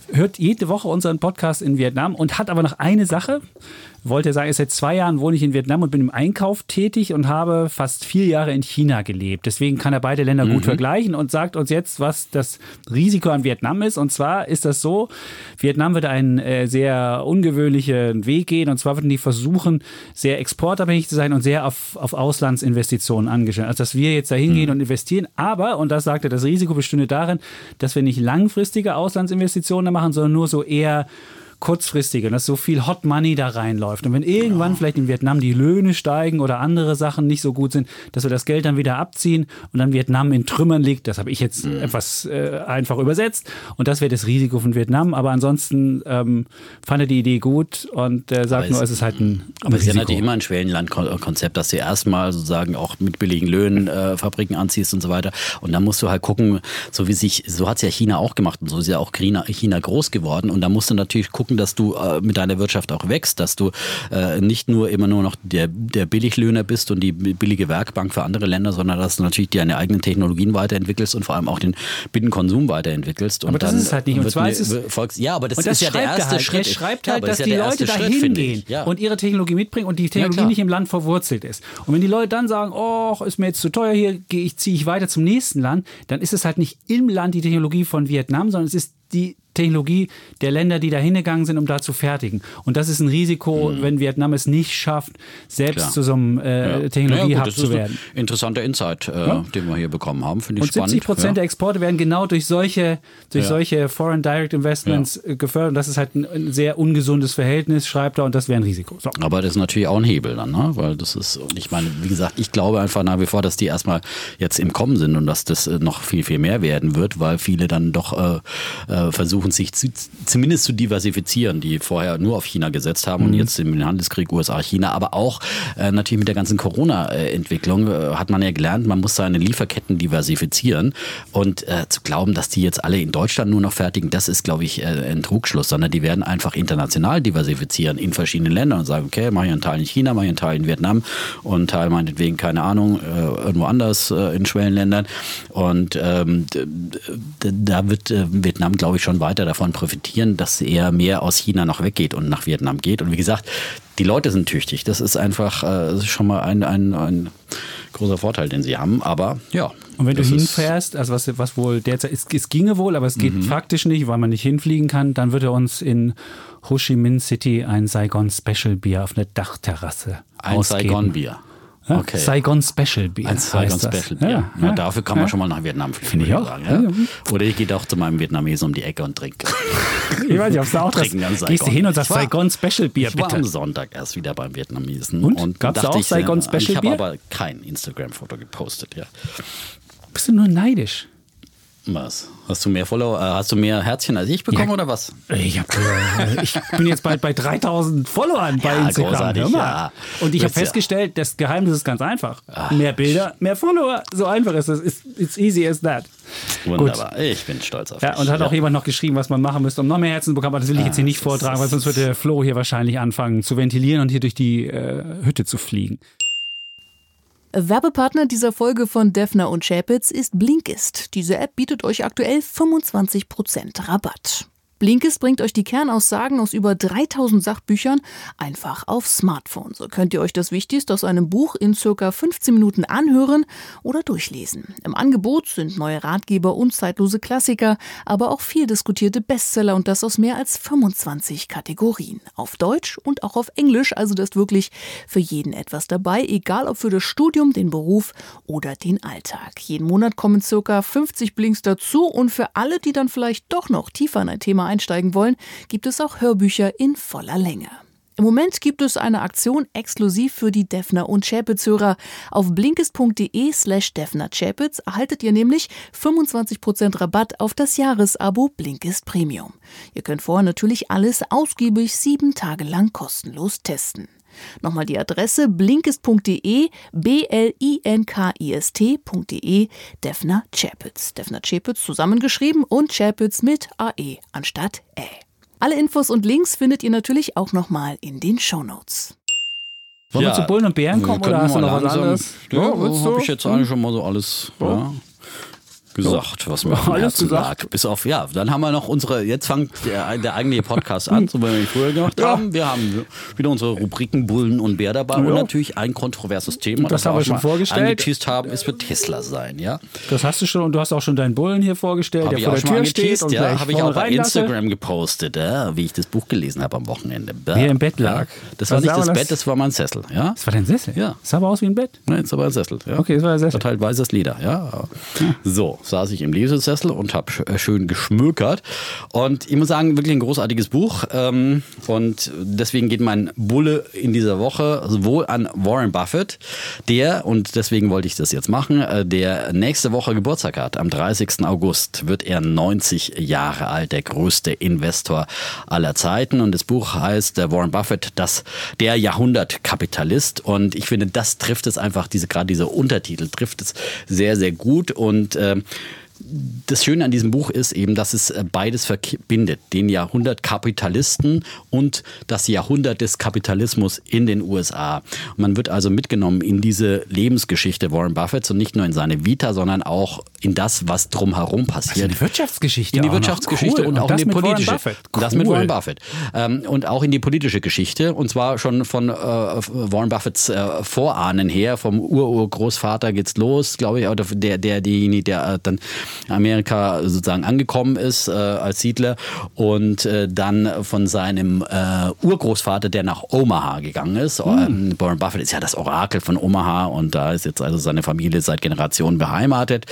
hört jede Woche unseren Podcast in Vietnam und hat aber noch eine Sache. Wollte sagen, seit zwei Jahren wohne ich in Vietnam und bin im Einkauf tätig und habe fast vier Jahre in China gelebt. Deswegen kann er beide Länder gut mhm. vergleichen und sagt uns jetzt, was das Risiko an Vietnam ist. Und zwar ist das so, Vietnam wird einen äh, sehr ungewöhnlichen Weg gehen. Und zwar würden die versuchen, sehr exportabhängig zu sein und sehr auf, auf Auslandsinvestitionen angestellt. Also, dass wir jetzt da hingehen mhm. und investieren. Aber, und das sagt er, das Risiko bestünde darin, dass wir nicht langfristige Auslandsinvestitionen machen, sondern nur so eher kurzfristige, dass so viel Hot Money da reinläuft. Und wenn irgendwann ja. vielleicht in Vietnam die Löhne steigen oder andere Sachen nicht so gut sind, dass wir das Geld dann wieder abziehen und dann Vietnam in Trümmern liegt. Das habe ich jetzt mhm. etwas äh, einfach übersetzt. Und das wäre das Risiko von Vietnam. Aber ansonsten ähm, fand er die Idee gut und äh, sagt nur, es ist halt ein, ein Aber Risiko. es ist ja natürlich immer ein Schwellenlandkonzept, dass du erstmal sozusagen auch mit billigen Löhnen äh, Fabriken anziehst und so weiter. Und dann musst du halt gucken, so wie sich, so hat es ja China auch gemacht und so ist ja auch China, China groß geworden. Und da musst du natürlich gucken, dass du äh, mit deiner Wirtschaft auch wächst, dass du äh, nicht nur immer nur noch der, der Billiglöhner bist und die billige Werkbank für andere Länder, sondern dass du natürlich deine eigenen Technologien weiterentwickelst und vor allem auch den Binnenkonsum weiterentwickelst. Und aber das dann ist halt nicht. Und zwar ist es, Volks, ja, aber das, und das ist ja der erste halt. Schritt. Er schreibt ja, halt, dass ja die Leute da hingehen ja. und ihre Technologie mitbringen und die Technologie ja, nicht im Land verwurzelt ist. Und wenn die Leute dann sagen, oh, ist mir jetzt zu teuer hier, gehe ich, ziehe ich weiter zum nächsten Land, dann ist es halt nicht im Land die Technologie von Vietnam, sondern es ist die Technologie der Länder, die da hingegangen sind, um da zu fertigen. Und das ist ein Risiko, mhm. wenn Vietnam es nicht schafft, selbst Klar. zu so einem äh, ja. Technologiehub ja, zu werden. Ein interessanter Insight, äh, ja. den wir hier bekommen haben, finde ich Und spannend. siebzig Prozent ja. der Exporte werden genau durch solche, durch ja. solche Foreign Direct Investments ja. gefördert. Und das ist halt ein, ein sehr ungesundes Verhältnis, schreibt er, und das wäre ein Risiko. So. Aber das ist natürlich auch ein Hebel dann, ne? Weil das ist, und ich meine, wie gesagt, ich glaube einfach nach wie vor, dass die erstmal jetzt im Kommen sind und dass das noch viel, viel mehr werden wird, weil viele dann doch äh, äh, versuchen, sich zu, zumindest zu diversifizieren, die vorher nur auf China gesetzt haben mhm. und jetzt im Handelskrieg U S A-China, aber auch äh, natürlich mit der ganzen Corona-Entwicklung äh, hat man ja gelernt, man muss seine Lieferketten diversifizieren und äh, zu glauben, dass die jetzt alle in Deutschland nur noch fertigen, das ist, glaube ich, äh, ein Trugschluss, sondern die werden einfach international diversifizieren in verschiedenen Ländern und sagen, okay, mache ich einen Teil in China, mache ich einen Teil in Vietnam und einen Teil meinetwegen, keine Ahnung, äh, irgendwo anders äh, in Schwellenländern und ähm, da wird äh, Vietnam, glaube ich, schon weiter davon profitieren, dass eher mehr aus China noch weggeht und nach Vietnam geht. Und wie gesagt, die Leute sind tüchtig. Das ist einfach äh, das ist schon mal ein, ein, ein großer Vorteil, den sie haben. Aber ja. Und wenn du hinfährst, also was, was wohl derzeit ist, es ginge wohl, aber es geht mhm. faktisch nicht, weil man nicht hinfliegen kann, dann wird er uns in Ho Chi Minh City ein Saigon Special Bier auf einer Dachterrasse ein ausgeben. Saigon Bier. Ja, okay. Saigon Special Bier. Ein Saigon Special Bier. Ja, ja, ja, dafür kann man ja. schon mal nach Vietnam fliegen. Finde ich auch. Sagen, ja? Oder ich gehe doch zu meinem Vietnamesen um die Ecke und trinke. Ich weiß nicht, ob es da auch das, gehst du hin und sagst war, Saigon Special Bier, ich bitte. Ich war am Sonntag erst wieder beim Vietnamesen. Und? und Gab es auch ich, Saigon Special ich Bier? Ich habe aber kein Instagram-Foto gepostet, ja. Bist du nur neidisch? Was? Hast du mehr Follower, äh, hast du mehr Herzchen als ich bekommen ja, oder was? Ich, hab, äh, ich bin jetzt bald bei dreitausend Followern bei ja, Instagram. Hör mal. Ja. Und ich habe festgestellt, ja. das Geheimnis ist ganz einfach. Ach, mehr Bilder, mehr Follower. So einfach ist es. It's, it's easy as that. Wunderbar. Gut. Ich bin stolz auf ja, dich. Und hat auch jemand noch geschrieben, was man machen müsste, um noch mehr Herzen zu bekommen. Aber das will ich jetzt hier nicht ah, vortragen, weil sonst wird der Flo hier wahrscheinlich anfangen zu ventilieren und hier durch die äh, Hütte zu fliegen. Werbepartner dieser Folge von Defner und Chapitz ist Blinkist. Diese App bietet euch aktuell fünfundzwanzig Prozent Rabatt. Blinkist bringt euch die Kernaussagen aus über dreitausend Sachbüchern einfach aufs Smartphone. So könnt ihr euch das Wichtigste aus einem Buch in circa fünfzehn Minuten anhören oder durchlesen. Im Angebot sind neue Ratgeber und zeitlose Klassiker, aber auch viel diskutierte Bestseller und das aus mehr als fünfundzwanzig Kategorien. Auf Deutsch und auch auf Englisch, also da ist wirklich für jeden etwas dabei, egal ob für das Studium, den Beruf oder den Alltag. Jeden Monat kommen circa fünfzig Blinks dazu und für alle, die dann vielleicht doch noch tiefer in ein Thema einsteigen wollen, gibt es auch Hörbücher in voller Länge. Im Moment gibt es eine Aktion exklusiv für die Defner und Chapitz-Hörer. Auf blinkist.de slash Defner Chapitz erhaltet ihr nämlich fünfundzwanzig Prozent Rabatt auf das Jahresabo Blinkist Premium. Ihr könnt vorher natürlich alles ausgiebig sieben Tage lang kostenlos testen. Nochmal die Adresse blinkist.de, B L I N K I S T.de, Defner Chapitz. Defner Chapitz zusammengeschrieben und Chapitz mit A E anstatt Ä. Alle Infos und Links findet ihr natürlich auch nochmal in den Shownotes. Wollen ja, wir zu Bullen und Bären kommen oder hast du noch was anderes? Ja, ja habe ich jetzt eigentlich schon mal so alles. Ja. gesagt, was mir am Herzen lag. Bis auf, ja, dann haben wir noch unsere, jetzt fängt der, der eigentliche Podcast an, so wie wir ihn früher gemacht ja. haben. Wir haben wieder unsere Rubriken Bullen und Bär dabei ja. und natürlich ein kontroverses Thema, das, das haben wir schon vorgestellt. angeteased haben, es wird Tesla sein, ja. Das hast du schon und du hast auch schon deinen Bullen hier vorgestellt, hab der vor der Tür steht. Und ja, habe ich auch bei Instagram gepostet, ja, wie ich das Buch gelesen habe am Wochenende. Wie er im Bett lag. Das war nicht das Bett, das war mein Sessel, ja. Das war dein Sessel? Ja. Das sah aber aus wie ein Bett. Nein, das war ein Sessel, ja. Okay, das war ein Sessel. Das hat halt weißes Leder, ja. ja. So, saß ich im Lesesessel und habe schön geschmökert. Und ich muss sagen, wirklich ein großartiges Buch. Und deswegen geht mein Bulle in dieser Woche sowohl an Warren Buffett, der, und deswegen wollte ich das jetzt machen, der nächste Woche Geburtstag hat. Am dreißigsten August wird er neunzig Jahre alt, der größte Investor aller Zeiten. Und das Buch heißt Warren Buffett, das, der Jahrhundertkapitalist. Und ich finde, das trifft es einfach, diese, gerade dieser Untertitel trifft es sehr, sehr gut. Und äh, das Schöne an diesem Buch ist eben, dass es beides verbindet. Den Jahrhundertkapitalisten und das Jahrhundert des Kapitalismus in den U S A. Und man wird also mitgenommen in diese Lebensgeschichte Warren Buffetts und nicht nur in seine Vita, sondern auch in das, was drumherum passiert. Also in die Wirtschaftsgeschichte. In die Wirtschaftsgeschichte cool. und auch und in die politische. Cool. Das mit Warren Buffett. Ähm, und auch in die politische Geschichte. Und zwar schon von äh, Warren Buffetts äh, Vorahnen her. Vom Ururgroßvater geht's los, glaube ich. Oder der, der, derjenige, der äh, dann Amerika sozusagen angekommen ist äh, als Siedler und äh, dann von seinem äh, Urgroßvater, der nach Omaha gegangen ist. Mhm. Ähm, Warren Buffett ist ja das Orakel von Omaha und da ist jetzt also seine Familie seit Generationen beheimatet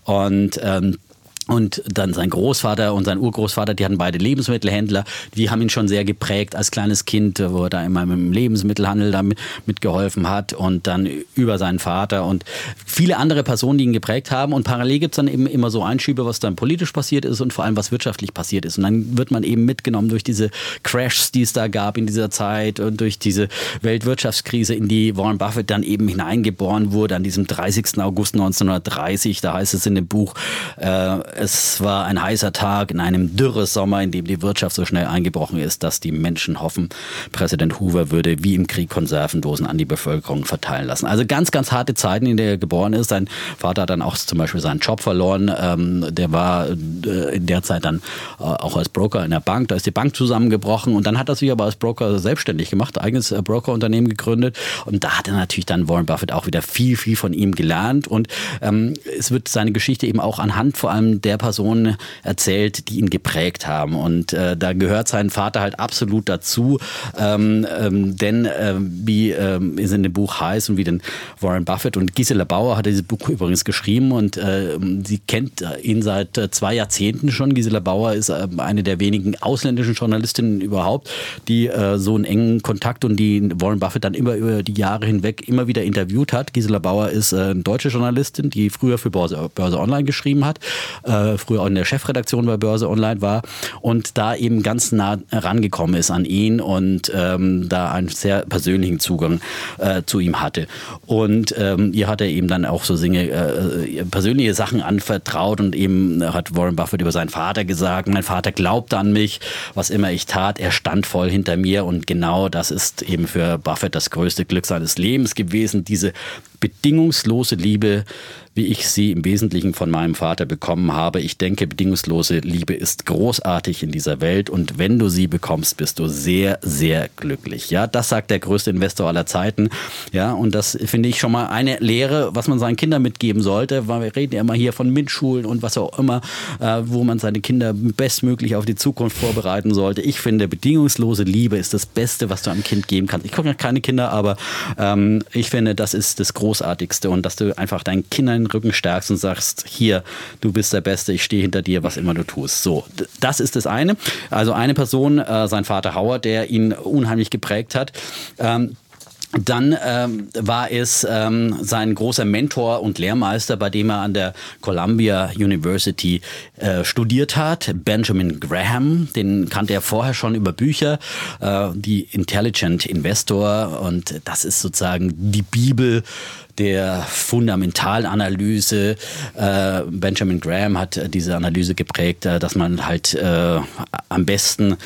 und ähm, Und dann sein Großvater und sein Urgroßvater, die hatten beide Lebensmittelhändler. Die haben ihn schon sehr geprägt als kleines Kind, wo er da immer im Lebensmittelhandel da mitgeholfen hat. Und dann über seinen Vater und viele andere Personen, die ihn geprägt haben. Und parallel gibt es dann eben immer so Einschübe, was dann politisch passiert ist und vor allem, was wirtschaftlich passiert ist. Und dann wird man eben mitgenommen durch diese Crashs, die es da gab in dieser Zeit und durch diese Weltwirtschaftskrise, in die Warren Buffett dann eben hineingeboren wurde, an diesem dreißigsten August neunzehnhundertdreißig. Da heißt es in dem Buch, äh, es war ein heißer Tag in einem dürres Sommer, in dem die Wirtschaft so schnell eingebrochen ist, dass die Menschen hoffen, Präsident Hoover würde wie im Krieg Konservendosen an die Bevölkerung verteilen lassen. Also ganz, ganz harte Zeiten, in der er geboren ist. Sein Vater hat dann auch zum Beispiel seinen Job verloren. Ähm, der war äh, in der Zeit dann äh, auch als Broker in der Bank. Da ist die Bank zusammengebrochen und dann hat er sich aber als Broker selbstständig gemacht, eigenes äh, Brokerunternehmen gegründet. Und da hat er natürlich dann Warren Buffett auch wieder viel, viel von ihm gelernt. Und ähm, es wird seine Geschichte eben auch anhand vor allem der Personen erzählt, die ihn geprägt haben. Und äh, da gehört sein Vater halt absolut dazu. Ähm, ähm, denn äh, wie äh, es in dem Buch heißt und wie denn Warren Buffett und Gisela Bauer hat dieses Buch übrigens geschrieben und äh, sie kennt ihn seit äh, zwei Jahrzehnten schon. Gisela Bauer ist äh, eine der wenigen ausländischen Journalistinnen überhaupt, die äh, so einen engen Kontakt und die Warren Buffett dann immer über die Jahre hinweg immer wieder interviewt hat. Gisela Bauer ist äh, eine deutsche Journalistin, die früher für Börse, Börse Online geschrieben hat, äh, früher auch in der Chefredaktion bei Börse Online war und da eben ganz nah rangekommen ist an ihn und ähm, da einen sehr persönlichen Zugang äh, zu ihm hatte. Und ähm, ihr hat er eben dann auch so Dinge, äh, persönliche Sachen anvertraut und eben hat Warren Buffett über seinen Vater gesagt, mein Vater glaubte an mich, was immer ich tat, er stand voll hinter mir und genau das ist eben für Buffett das größte Glück seines Lebens gewesen, diese bedingungslose Liebe, wie ich sie im Wesentlichen von meinem Vater bekommen habe. Ich denke, bedingungslose Liebe ist großartig in dieser Welt und wenn du sie bekommst, bist du sehr, sehr glücklich. Ja, das sagt der größte Investor aller Zeiten. Ja, und das finde ich schon mal eine Lehre, was man seinen Kindern mitgeben sollte, weil wir reden ja immer hier von MINT-Schulen und was auch immer, äh, wo man seine Kinder bestmöglich auf die Zukunft vorbereiten sollte. Ich finde, bedingungslose Liebe ist das Beste, was du einem Kind geben kannst. Ich gucke noch keine Kinder, aber ähm, ich finde, das ist das Großartigste und dass du einfach deinen Kindern Rücken stärkst und sagst, hier, du bist der Beste, ich stehe hinter dir, was immer du tust. So, das ist das eine. Also eine Person, äh, sein Vater Howard, der ihn unheimlich geprägt hat. Ähm, Dann ähm, war es ähm, sein großer Mentor und Lehrmeister, bei dem er an der Columbia University äh, studiert hat, Benjamin Graham. Den kannte er vorher schon über Bücher, äh, die Intelligent Investor. Und das ist sozusagen die Bibel der Fundamentalanalyse. Äh, Benjamin Graham hat diese Analyse geprägt, äh, dass man halt äh, am besten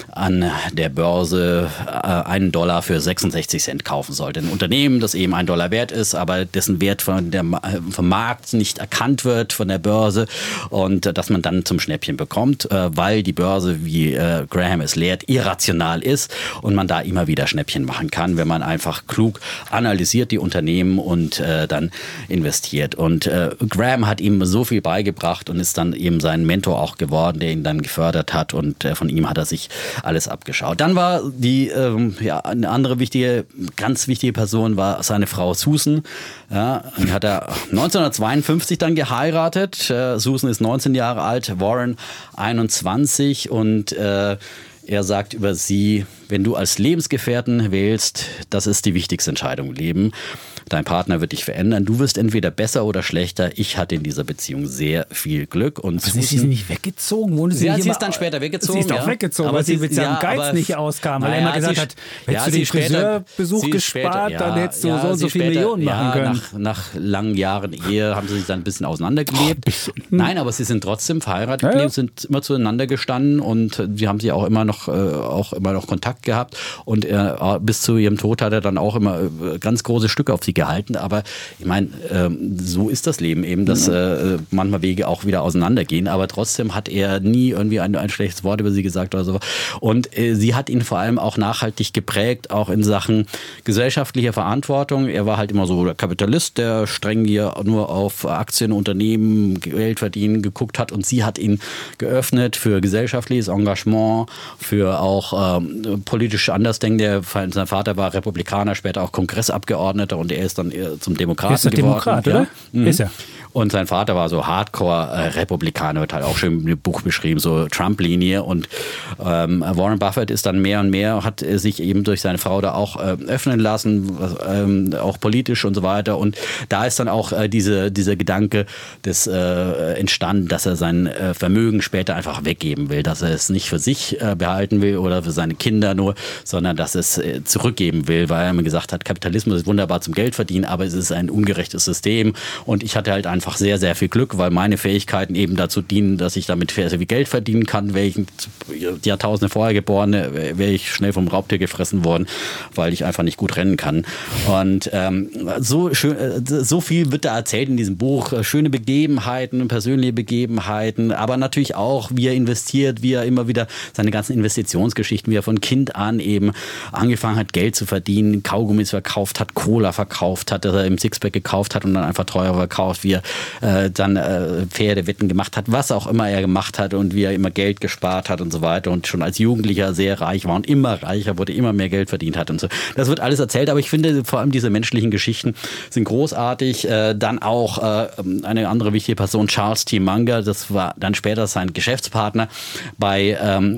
an der Börse äh, einen Dollar für sechsundsechzig Cent kaufen sollte. Ein Unternehmen, das eben ein Dollar wert ist, aber dessen Wert von der, vom Markt nicht erkannt wird, von der Börse, und äh, dass man dann zum Schnäppchen bekommt, äh, weil die Börse, wie äh, Graham es lehrt, irrational ist und man da immer wieder Schnäppchen machen kann, wenn man einfach klug analysiert die Unternehmen und äh, dann investiert. Und äh, Graham hat ihm so viel beigebracht und ist dann eben sein Mentor auch geworden, der ihn dann gefördert hat, und äh, von ihm hat er sich alles abgeschaut. Dann war die, ähm, ja, eine andere wichtige, ganz wichtige Person war seine Frau Susan. Ja, die hat er neunzehnhundertzweiundfünfzig dann geheiratet. Äh, Susan ist neunzehn Jahre alt, Warren einundzwanzig, und äh, er sagt über sie: Wenn du als Lebensgefährten wählst, das ist die wichtigste Entscheidung im Leben. Dein Partner wird dich verändern. Du wirst entweder besser oder schlechter. Ich hatte in dieser Beziehung sehr viel Glück. Und also ist sie nicht weggezogen? Wurde sie ja, nicht sie ist dann später weggezogen. Sie ist auch ja. weggezogen, aber weil sie mit seinem ja, Geiz nicht auskam. Weil er immer gesagt hat, hättest ja, du den Friseurbesuch gespart, später, ja, dann hättest du ja, so und so viele Millionen machen ja, können. Nach, nach langen Jahren Ehe haben sie sich dann ein bisschen auseinandergelebt. Oh, Nein, aber sie sind trotzdem verheiratet geblieben, ja, ja. sind immer zueinander gestanden, und sie haben sie auch immer noch, äh, auch immer noch Kontakt gehabt. Und er, bis zu ihrem Tod hat er dann auch immer ganz große Stücke auf sie gehalten. Aber ich meine, ähm, so ist das Leben eben, dass äh, manchmal Wege auch wieder auseinandergehen. Aber trotzdem hat er nie irgendwie ein, ein schlechtes Wort über sie gesagt oder so. Und äh, sie hat ihn vor allem auch nachhaltig geprägt, auch in Sachen gesellschaftlicher Verantwortung. Er war halt immer so der Kapitalist, der streng hier nur auf Aktien, Unternehmen, Geld verdienen geguckt hat. Und sie hat ihn geöffnet für gesellschaftliches Engagement, für auch ähm, politisch Andersdenken. Der, sein Vater war Republikaner, später auch Kongressabgeordneter, und er ist dann zum Demokraten ist er geworden. Demokrat, oder? Ja. Mhm. Ist er. Und sein Vater war so Hardcore-Republikaner, wird halt auch schön im Buch beschrieben, so Trump-Linie. Und ähm, Warren Buffett ist dann mehr und mehr, hat sich eben durch seine Frau da auch äh, öffnen lassen, ähm, auch politisch und so weiter. Und da ist dann auch äh, diese, dieser Gedanke des, äh, entstanden, dass er sein äh, Vermögen später einfach weggeben will, dass er es nicht für sich äh, behalten will oder für seine Kinder nur, sondern dass er es äh, zurückgeben will, weil er mir gesagt hat, Kapitalismus ist wunderbar zum Geld verdienen, aber es ist ein ungerechtes System. Und ich hatte halt ein einfach sehr, sehr viel Glück, weil meine Fähigkeiten eben dazu dienen, dass ich damit sehr viel Geld verdienen kann. Wäre ich Jahrtausende vorher geboren, wäre ich schnell vom Raubtier gefressen worden, weil ich einfach nicht gut rennen kann. Und ähm, so, schön, so viel wird da erzählt in diesem Buch. Schöne Begebenheiten, persönliche Begebenheiten, aber natürlich auch, wie er investiert, wie er immer wieder seine ganzen Investitionsgeschichten, wie er von Kind an eben angefangen hat, Geld zu verdienen, Kaugummis verkauft hat, Cola verkauft hat, dass er im Sixpack gekauft hat und dann einfach teuer verkauft, wie er äh, dann äh, Pferdewetten gemacht hat, was auch immer er gemacht hat und wie er immer Geld gespart hat und so weiter und schon als Jugendlicher sehr reich war und immer reicher wurde, immer mehr Geld verdient hat und so. Das wird alles erzählt, aber ich finde vor allem diese menschlichen Geschichten sind großartig. Äh, dann auch äh, eine andere wichtige Person, Charles T. Munger, das war dann später sein Geschäftspartner bei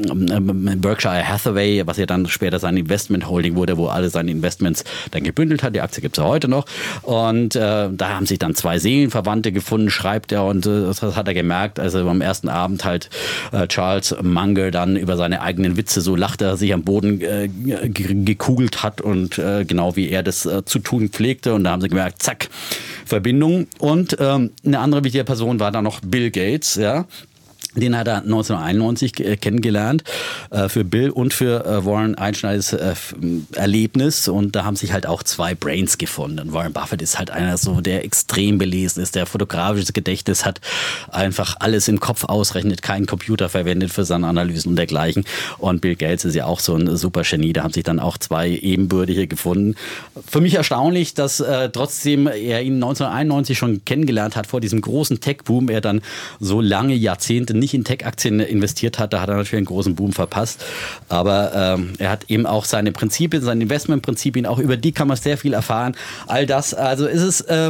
ähm, Berkshire Hathaway, was ja dann später sein Investment Holding wurde, wo alle seine Investments dann gebündelt hat. Die Aktie gibt es ja heute noch. Und äh, da haben sich dann zwei Seelenverwandte gefunden, schreibt er, und äh, das hat er gemerkt, also am ersten Abend halt äh, Charles Munger dann über seine eigenen Witze so lachte, er sich am Boden äh, gekugelt hat und äh, genau wie er das äh, zu tun pflegte, und da haben sie gemerkt, zack, Verbindung. Und ähm, eine andere wichtige Person war dann noch Bill Gates, ja. Den hat er neunzehnhunderteinundneunzig kennengelernt, äh, für Bill und für äh, Warren einschneidendes äh, Erlebnis, und da haben sich halt auch zwei Brains gefunden. Und Warren Buffett ist halt einer so, der extrem belesen ist, der fotografisches Gedächtnis hat, einfach alles im Kopf ausrechnet, keinen Computer verwendet für seine Analysen und dergleichen. Und Bill Gates ist ja auch so ein super Genie, da haben sich dann auch zwei Ebenbürtige gefunden. Für mich erstaunlich, dass äh, trotzdem er ihn neunzehnhunderteinundneunzig schon kennengelernt hat, vor diesem großen Tech-Boom, er dann so lange Jahrzehnte nicht in Tech-Aktien investiert hat, da hat er natürlich einen großen Boom verpasst. Aber ähm, er hat eben auch seine Prinzipien, seine Investmentprinzipien, auch über die kann man sehr viel erfahren. All das, also ist es ähm,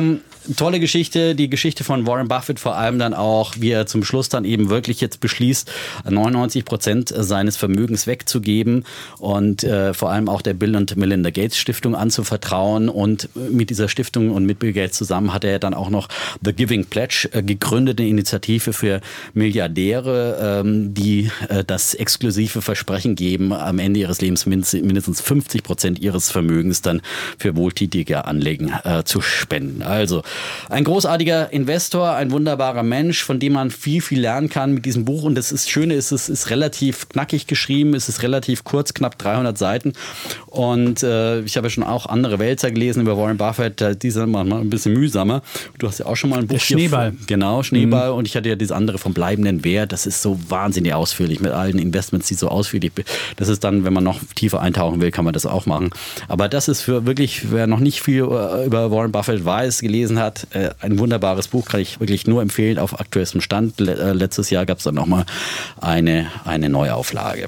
tolle Geschichte, die Geschichte von Warren Buffett, vor allem dann auch, wie er zum Schluss dann eben wirklich jetzt beschließt, neunundneunzig Prozent seines Vermögens wegzugeben und äh, vor allem auch der Bill und Melinda Gates Stiftung anzuvertrauen. Und mit dieser Stiftung und mit Bill Gates zusammen hat er dann auch noch The Giving Pledge äh, gegründet, eine Initiative für Milliardäre, ähm, die äh, das exklusive Versprechen geben, am Ende ihres Lebens mindestens fünfzig Prozent ihres Vermögens dann für wohltätige Anliegen äh, zu spenden. Also ein großartiger Investor, ein wunderbarer Mensch, von dem man viel, viel lernen kann mit diesem Buch. Und das ist, Schöne ist, es ist relativ knackig geschrieben, es ist relativ kurz, knapp dreihundert Seiten. Und äh, ich habe ja schon auch andere Wälzer gelesen über Warren Buffett, die sind manchmal ein bisschen mühsamer. Du hast ja auch schon mal ein Buch hier. Schneeball. Genau, Schneeball. Mhm. Und ich hatte ja dieses andere vom bleibenden Wert. Das ist so wahnsinnig ausführlich mit allen Investments, die so ausführlich. Das ist dann, wenn man noch tiefer eintauchen will, kann man das auch machen. Aber das ist für wirklich, wer noch nicht viel über Warren Buffett weiß, gelesen hat, ein wunderbares Buch, kann ich wirklich nur empfehlen, auf aktuellstem Stand. Letztes Jahr gab es dann nochmal eine, eine Neuauflage.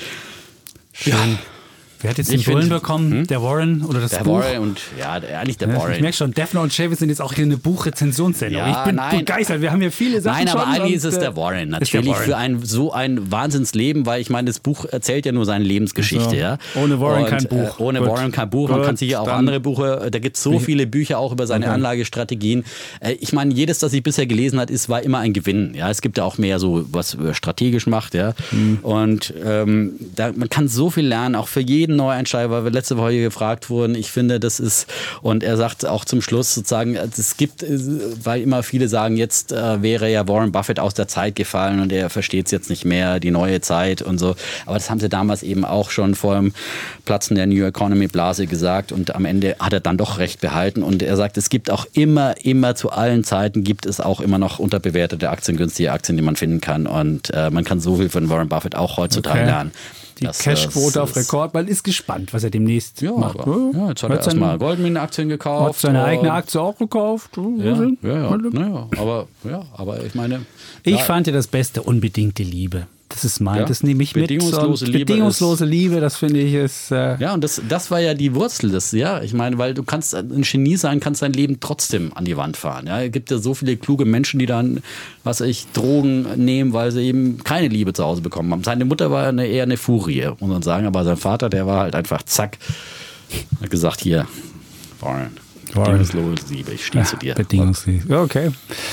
Schön. Ja. Wer hat jetzt ich den Bullen bekommen? Hm? Der Warren oder das der Buch? Warren und, ja, der, eigentlich der ja, Warren. Ich merke schon, Defner und Chevy sind jetzt auch hier eine Buchrezensionssendung. Ja, ich bin nein. begeistert. Wir haben hier viele Sachen Nein, aber schon eigentlich und, ist es der Warren. Natürlich der Warren. Für ein so ein Wahnsinnsleben, weil ich meine, das Buch erzählt ja nur seine Lebensgeschichte. So. Ja? Ohne Warren und, kein Buch. Äh, ohne Gut. Warren kein Buch. Man Gut. kann sich ja auch Dann andere Bücher, da gibt es so viele Bücher auch über seine okay. Anlagestrategien. Äh, ich meine, jedes, das ich bisher gelesen habe, ist, war immer ein Gewinn. Ja? Es gibt ja auch mehr so, was strategisch macht. Ja? Mhm. Und ähm, da, man kann so viel lernen, auch für jeden Neueinsteiger, weil wir letzte Woche gefragt wurden. Ich finde, das ist, und er sagt auch zum Schluss sozusagen, es gibt, weil immer viele sagen, jetzt äh, wäre ja Warren Buffett aus der Zeit gefallen und er versteht es jetzt nicht mehr, die neue Zeit und so. Aber das haben sie damals eben auch schon vor dem Platzen der New Economy Blase gesagt und am Ende hat er dann doch recht behalten und er sagt, es gibt auch immer, immer zu allen Zeiten gibt es auch immer noch unterbewertete Aktien, günstige Aktien, die man finden kann und äh, man kann so viel von Warren Buffett auch heutzutage okay. lernen. Die Cashquote auf Rekord, man ist gespannt, was er demnächst ja, macht. Aber, ja, jetzt hat er erstmal Goldmine-Aktien gekauft. Hat seine eigene Aktie auch gekauft. Ja, ja, ja, ja, aber, ja, aber ich meine... Ich ja. fand ja das Beste unbedingte Liebe. Das ist mein, ja, das nehme ich mit. Bedingungslose Liebe. Bedingungslose ist, Liebe, das finde ich ist. Äh ja, und das, das war ja die Wurzel des, ja. Ich meine, weil du kannst ein Genie sein, kannst dein Leben trotzdem an die Wand fahren. Ja, es gibt ja so viele kluge Menschen, die dann, was weiß ich, Drogen nehmen, weil sie eben keine Liebe zu Hause bekommen haben. Seine Mutter war eine, eher eine Furie, muss man sagen, aber sein Vater, der war halt einfach zack, hat gesagt, hier, Warren, bedingungslose Liebe, ich stehe ja, zu dir. Bedingungslose, ja, okay.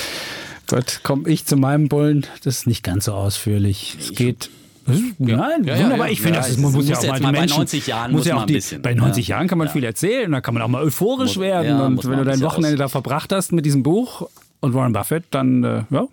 Gut, komme ich zu meinem Bullen. Das ist nicht ganz so ausführlich. Es geht. Ja. Nein, ja, wunderbar. Ja, ich finde, ja, das muss, muss ja auch mal die Menschen. Bei neunzig Jahren muss, muss ja man auch ein die, bisschen. Bei neunzig ja. Jahren kann man ja. viel erzählen. Da kann man auch mal euphorisch muss, werden. Ja, und wenn du dein Wochenende aus. da verbracht hast mit diesem Buch und Warren Buffett, dann, äh, ja.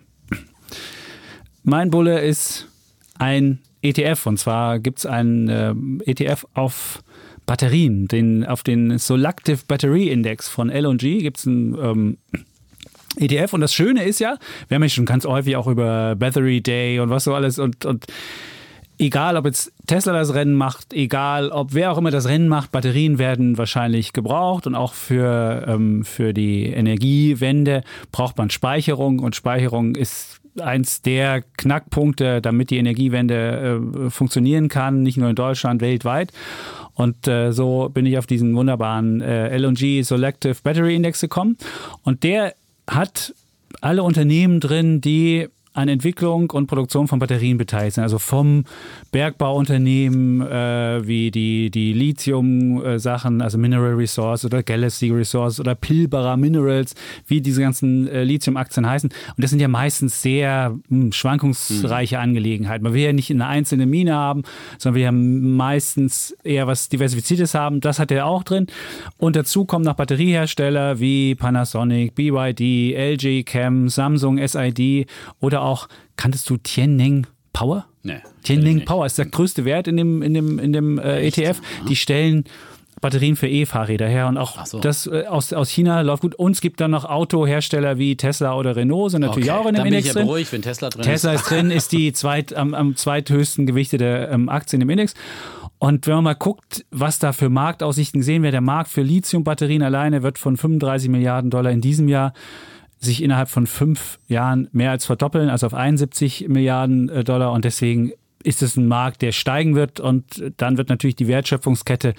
Mein Bulle ist ein E T F. Und zwar gibt es einen äh, E T F auf Batterien. Den, auf den Solactive Battery Index von L und G gibt es einen ähm, E T F. Und das Schöne ist ja, wir haben ja schon ganz häufig auch über Battery Day und was so alles und, und egal, ob jetzt Tesla das Rennen macht, egal, ob wer auch immer das Rennen macht, Batterien werden wahrscheinlich gebraucht und auch für, ähm, für die Energiewende braucht man Speicherung und Speicherung ist eins der Knackpunkte, damit die Energiewende äh, funktionieren kann, nicht nur in Deutschland, weltweit. Und äh, so bin ich auf diesen wunderbaren äh, L und G Solactive Battery Index gekommen und der hat alle Unternehmen drin, die an Entwicklung und Produktion von Batterien beteiligt sind. Also vom Bergbauunternehmen äh, wie die, die Lithium-Sachen, also Mineral Resource oder Galaxy Resource oder Pilbara Minerals, wie diese ganzen äh, Lithium-Aktien heißen. Und das sind ja meistens sehr mh, schwankungsreiche mhm. Angelegenheiten. Man will ja nicht eine einzelne Mine haben, sondern wir haben meistens eher was Diversifiziertes haben. Das hat er auch drin. Und dazu kommen noch Batteriehersteller wie Panasonic, B Y D, L G Chem, Samsung, S I D oder auch, kanntest du Tianneng Power? Nee. Tianneng Power ist der größte Wert in dem, in dem, in dem äh, E T F. Die stellen Batterien für E-Fahrräder her und auch so. das äh, aus, aus China läuft gut. Und es gibt dann noch Autohersteller wie Tesla oder Renault, sind natürlich okay. auch in dem dann Index bin ich ja beruhigt, wenn Tesla drin Tesla ist. Tesla ist drin, ist die zweit, am, am zweithöchsten gewichtete ähm, Aktie in dem Index. Und wenn man mal guckt, was da für Marktaussichten gesehen wird, der Markt für Lithium-Batterien alleine wird von fünfunddreißig Milliarden Dollar in diesem Jahr sich innerhalb von fünf Jahren mehr als verdoppeln, also auf einundsiebzig Milliarden Dollar. Und deswegen ist es ein Markt, der steigen wird. Und dann wird natürlich die Wertschöpfungskette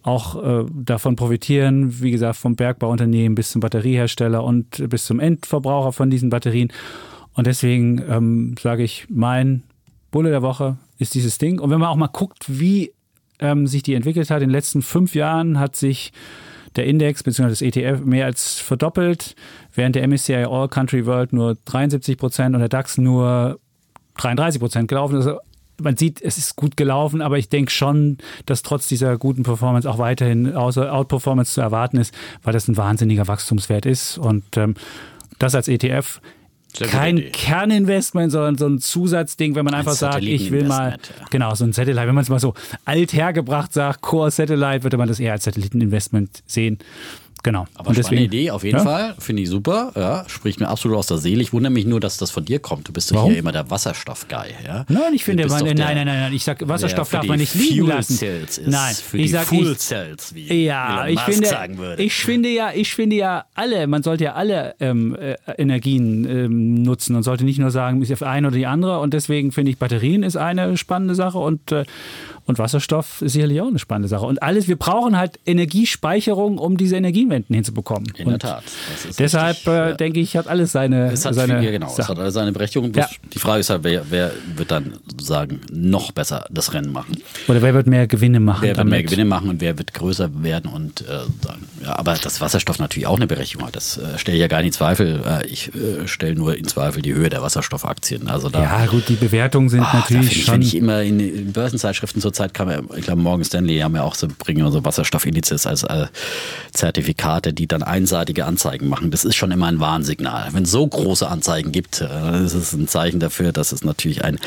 auch äh, davon profitieren, wie gesagt, vom Bergbauunternehmen bis zum Batteriehersteller und bis zum Endverbraucher von diesen Batterien. Und deswegen ähm, sage ich, mein Bulle der Woche ist dieses Ding. Und wenn man auch mal guckt, wie ähm, sich die entwickelt hat, in den letzten fünf Jahren hat sich der Index bzw. das E T F mehr als verdoppelt, während der M S C I All Country World nur dreiundsiebzig Prozent und der DAX nur dreiunddreißig Prozent gelaufen ist. Also man sieht, es ist gut gelaufen, aber ich denke schon, dass trotz dieser guten Performance auch weiterhin außer Outperformance zu erwarten ist, weil das ein wahnsinniger Wachstumswert ist. Und ähm, das als E T F kein Kerninvestment, sondern so ein Zusatzding, wenn man ein einfach sagt, ich will mal, ja. genau, so ein Satellite, wenn man es mal so alt hergebracht sagt, Core Satellite, würde man das eher als Satelliteninvestment sehen. Genau. Aber und deswegen, spannende Idee, auf jeden ja? Fall. Finde ich super. Ja, spricht mir absolut aus der Seele. Ich wundere mich nur, dass das von dir kommt. Du bist doch hier immer der Wasserstoff-Guy. Ja? Nein, ich finde, man, nein, nein, nein, nein. Ich sage, Wasserstoff darf man nicht liegen lassen. Cells ist nein, für ich die sag, Fuel ich, Cells, wie ja, Elon ich Musk finde, sagen würde. Ich finde ja, ich finde ja alle, man sollte ja alle ähm, äh, Energien ähm, nutzen und sollte nicht nur sagen, ist ja eine oder die andere. Und deswegen finde ich, Batterien ist eine spannende Sache und äh, Und Wasserstoff ist sicherlich auch eine spannende Sache. Und alles, wir brauchen halt Energiespeicherung, um diese Energiewenden hinzubekommen. In der Tat. Das ist deshalb richtig, äh, ja. denke ich, hat alles seine es hat seine viel, genau, es hat alles seine Berechtigung. Ja. Die Frage ist halt, wer, wer wird dann sozusagen noch besser das Rennen machen? Oder wer wird mehr Gewinne machen? Wer wird damit? mehr Gewinne machen und wer wird größer werden und äh, sagen, ja, aber dass Wasserstoff natürlich auch eine Berechtigung hat, das äh, stelle ich ja gar nicht in Zweifel. Äh, ich äh, stelle nur in Zweifel die Höhe der Wasserstoffaktien. Also da, ja gut, die Bewertungen sind ach, natürlich da ich, schon... Wenn ich immer in, in Börsenzeitschriften zurzeit kam, ich glaube Morgan Stanley haben ja auch so, bringen so Wasserstoffindizes als äh, Zertifikate, die dann einseitige Anzeigen machen. Das ist schon immer ein Warnsignal. Wenn es so große Anzeigen gibt, äh, ist es ein Zeichen dafür, dass es natürlich ein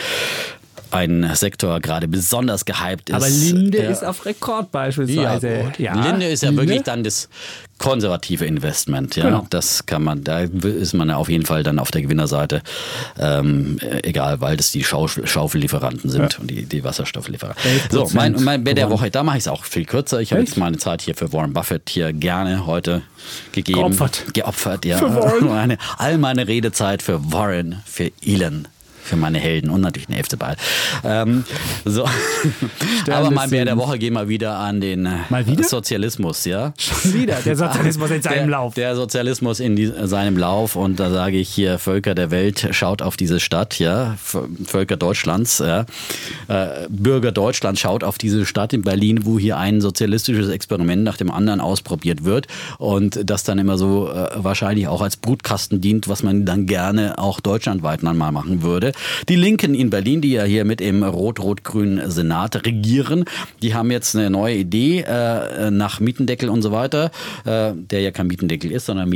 ein Sektor gerade besonders gehypt ist. Aber Linde äh, ist auf Rekord beispielsweise. Ja, ja. Linde ist ja Linde? wirklich dann das konservative Investment. Ja, genau. Das kann man, da ist man ja auf jeden Fall dann auf der Gewinnerseite. Ähm, egal, weil das die Schau Schaufellieferanten sind ja. und die, die Wasserstofflieferanten. So, mein, mein Bär der Woche, da mache ich es auch viel kürzer. Ich habe jetzt meine Zeit hier für Warren Buffett hier gerne heute gegeben. Geopfert. Geopfert, ja. Meine, all meine Redezeit für Warren, für Elon. Für meine Helden und natürlich den Elfte Ball. Ähm, so. Aber mein Bär der Woche, gehen wir wieder an den mal wieder? Sozialismus. Ja? Schon wieder, der Sozialismus in seinem der, Lauf. Der Sozialismus in die, seinem Lauf und da sage ich hier, Völker der Welt, schaut auf diese Stadt, ja, Völker Deutschlands, ja, äh, Bürger Deutschlands, schaut auf diese Stadt in Berlin, wo hier ein sozialistisches Experiment nach dem anderen ausprobiert wird und das dann immer so äh, wahrscheinlich auch als Brutkasten dient, was man dann gerne auch deutschlandweit dann mal machen würde. Die Linken in Berlin, die ja hier mit im rot-rot-grünen Senat regieren, die haben jetzt eine neue Idee äh, nach Mietendeckel und so weiter, äh, der ja kein Mietendeckel ist, sondern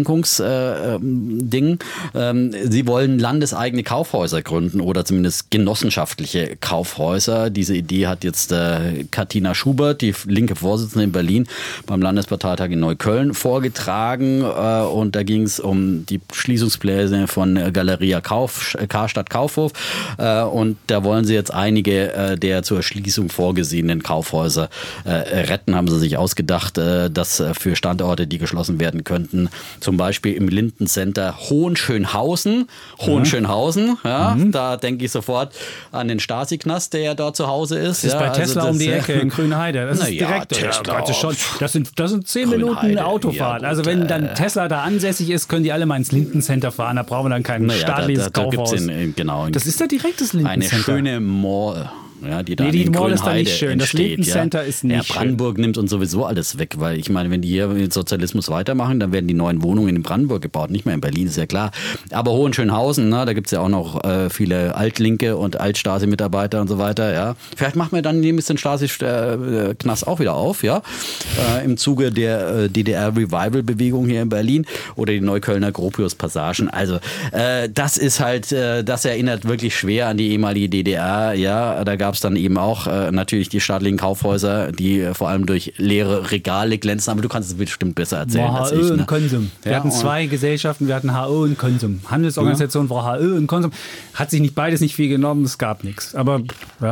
Mietabsenkungsding. Äh, ähm, sie wollen landeseigene Kaufhäuser gründen oder zumindest genossenschaftliche Kaufhäuser. Diese Idee hat jetzt äh, Katina Schubert, die linke Vorsitzende in Berlin, beim Landesparteitag in Neukölln vorgetragen. Äh, und da ging es um die Schließungspläne von Galeria Kauf, Karstadt Kaufhof äh, und da wollen sie jetzt einige äh, der zur Schließung vorgesehenen Kaufhäuser äh, retten, haben sie sich ausgedacht, äh, dass äh, für Standorte, die geschlossen werden könnten, zum Beispiel im Linden Center Hohenschönhausen, Hohenschönhausen, ja, mhm. da denke ich sofort an den Stasi-Knast, der ja dort zu Hause ist. Das ist ja, bei Tesla also um die Ecke in Grünheide. Das ist ja, direkt. Tesla ja, schon, das, sind, das sind zehn Minuten Autofahrt. Ja, also wenn dann Tesla da ansässig ist, können die alle mal ins Linden Center fahren. Da brauchen wir dann kein naja, staatliches da, da, da Kaufhaus. In, genau, in das ist ja direkt das Linden Eine Center. schöne Mall. Ja, die da nee, die in Mall ist da nicht schön. Entsteht, das Linden Center ja. ist nicht ja, Brandenburg schön. nimmt uns sowieso alles weg, weil ich meine, wenn die hier mit Sozialismus weitermachen, dann werden die neuen Wohnungen in Brandenburg gebaut, nicht mehr in Berlin, ist ja klar. Aber Hohenschönhausen, na, da gibt es ja auch noch äh, viele Altlinke und Alt-Stasi-Mitarbeiter und so weiter. Ja. Vielleicht machen wir dann ein bisschen Stasi-Knast auch wieder auf, ja, äh, im Zuge der äh, D D R-Revival-Bewegung hier in Berlin oder die Neuköllner Gropius-Passagen. Also äh, das ist halt, äh, das erinnert wirklich schwer an die ehemalige D D R. Ja, da gab es dann eben auch äh, natürlich die staatlichen Kaufhäuser, die äh, vor allem durch leere Regale glänzen. Aber du kannst es bestimmt besser erzählen als H Ö ich. Und Ne? Konsum. Wir ja, hatten zwei Gesellschaften, wir hatten H Ö und Konsum. Handelsorganisation ja. war H Ö und Konsum. Hat sich nicht beides nicht viel genommen, es gab nichts. Aber ja.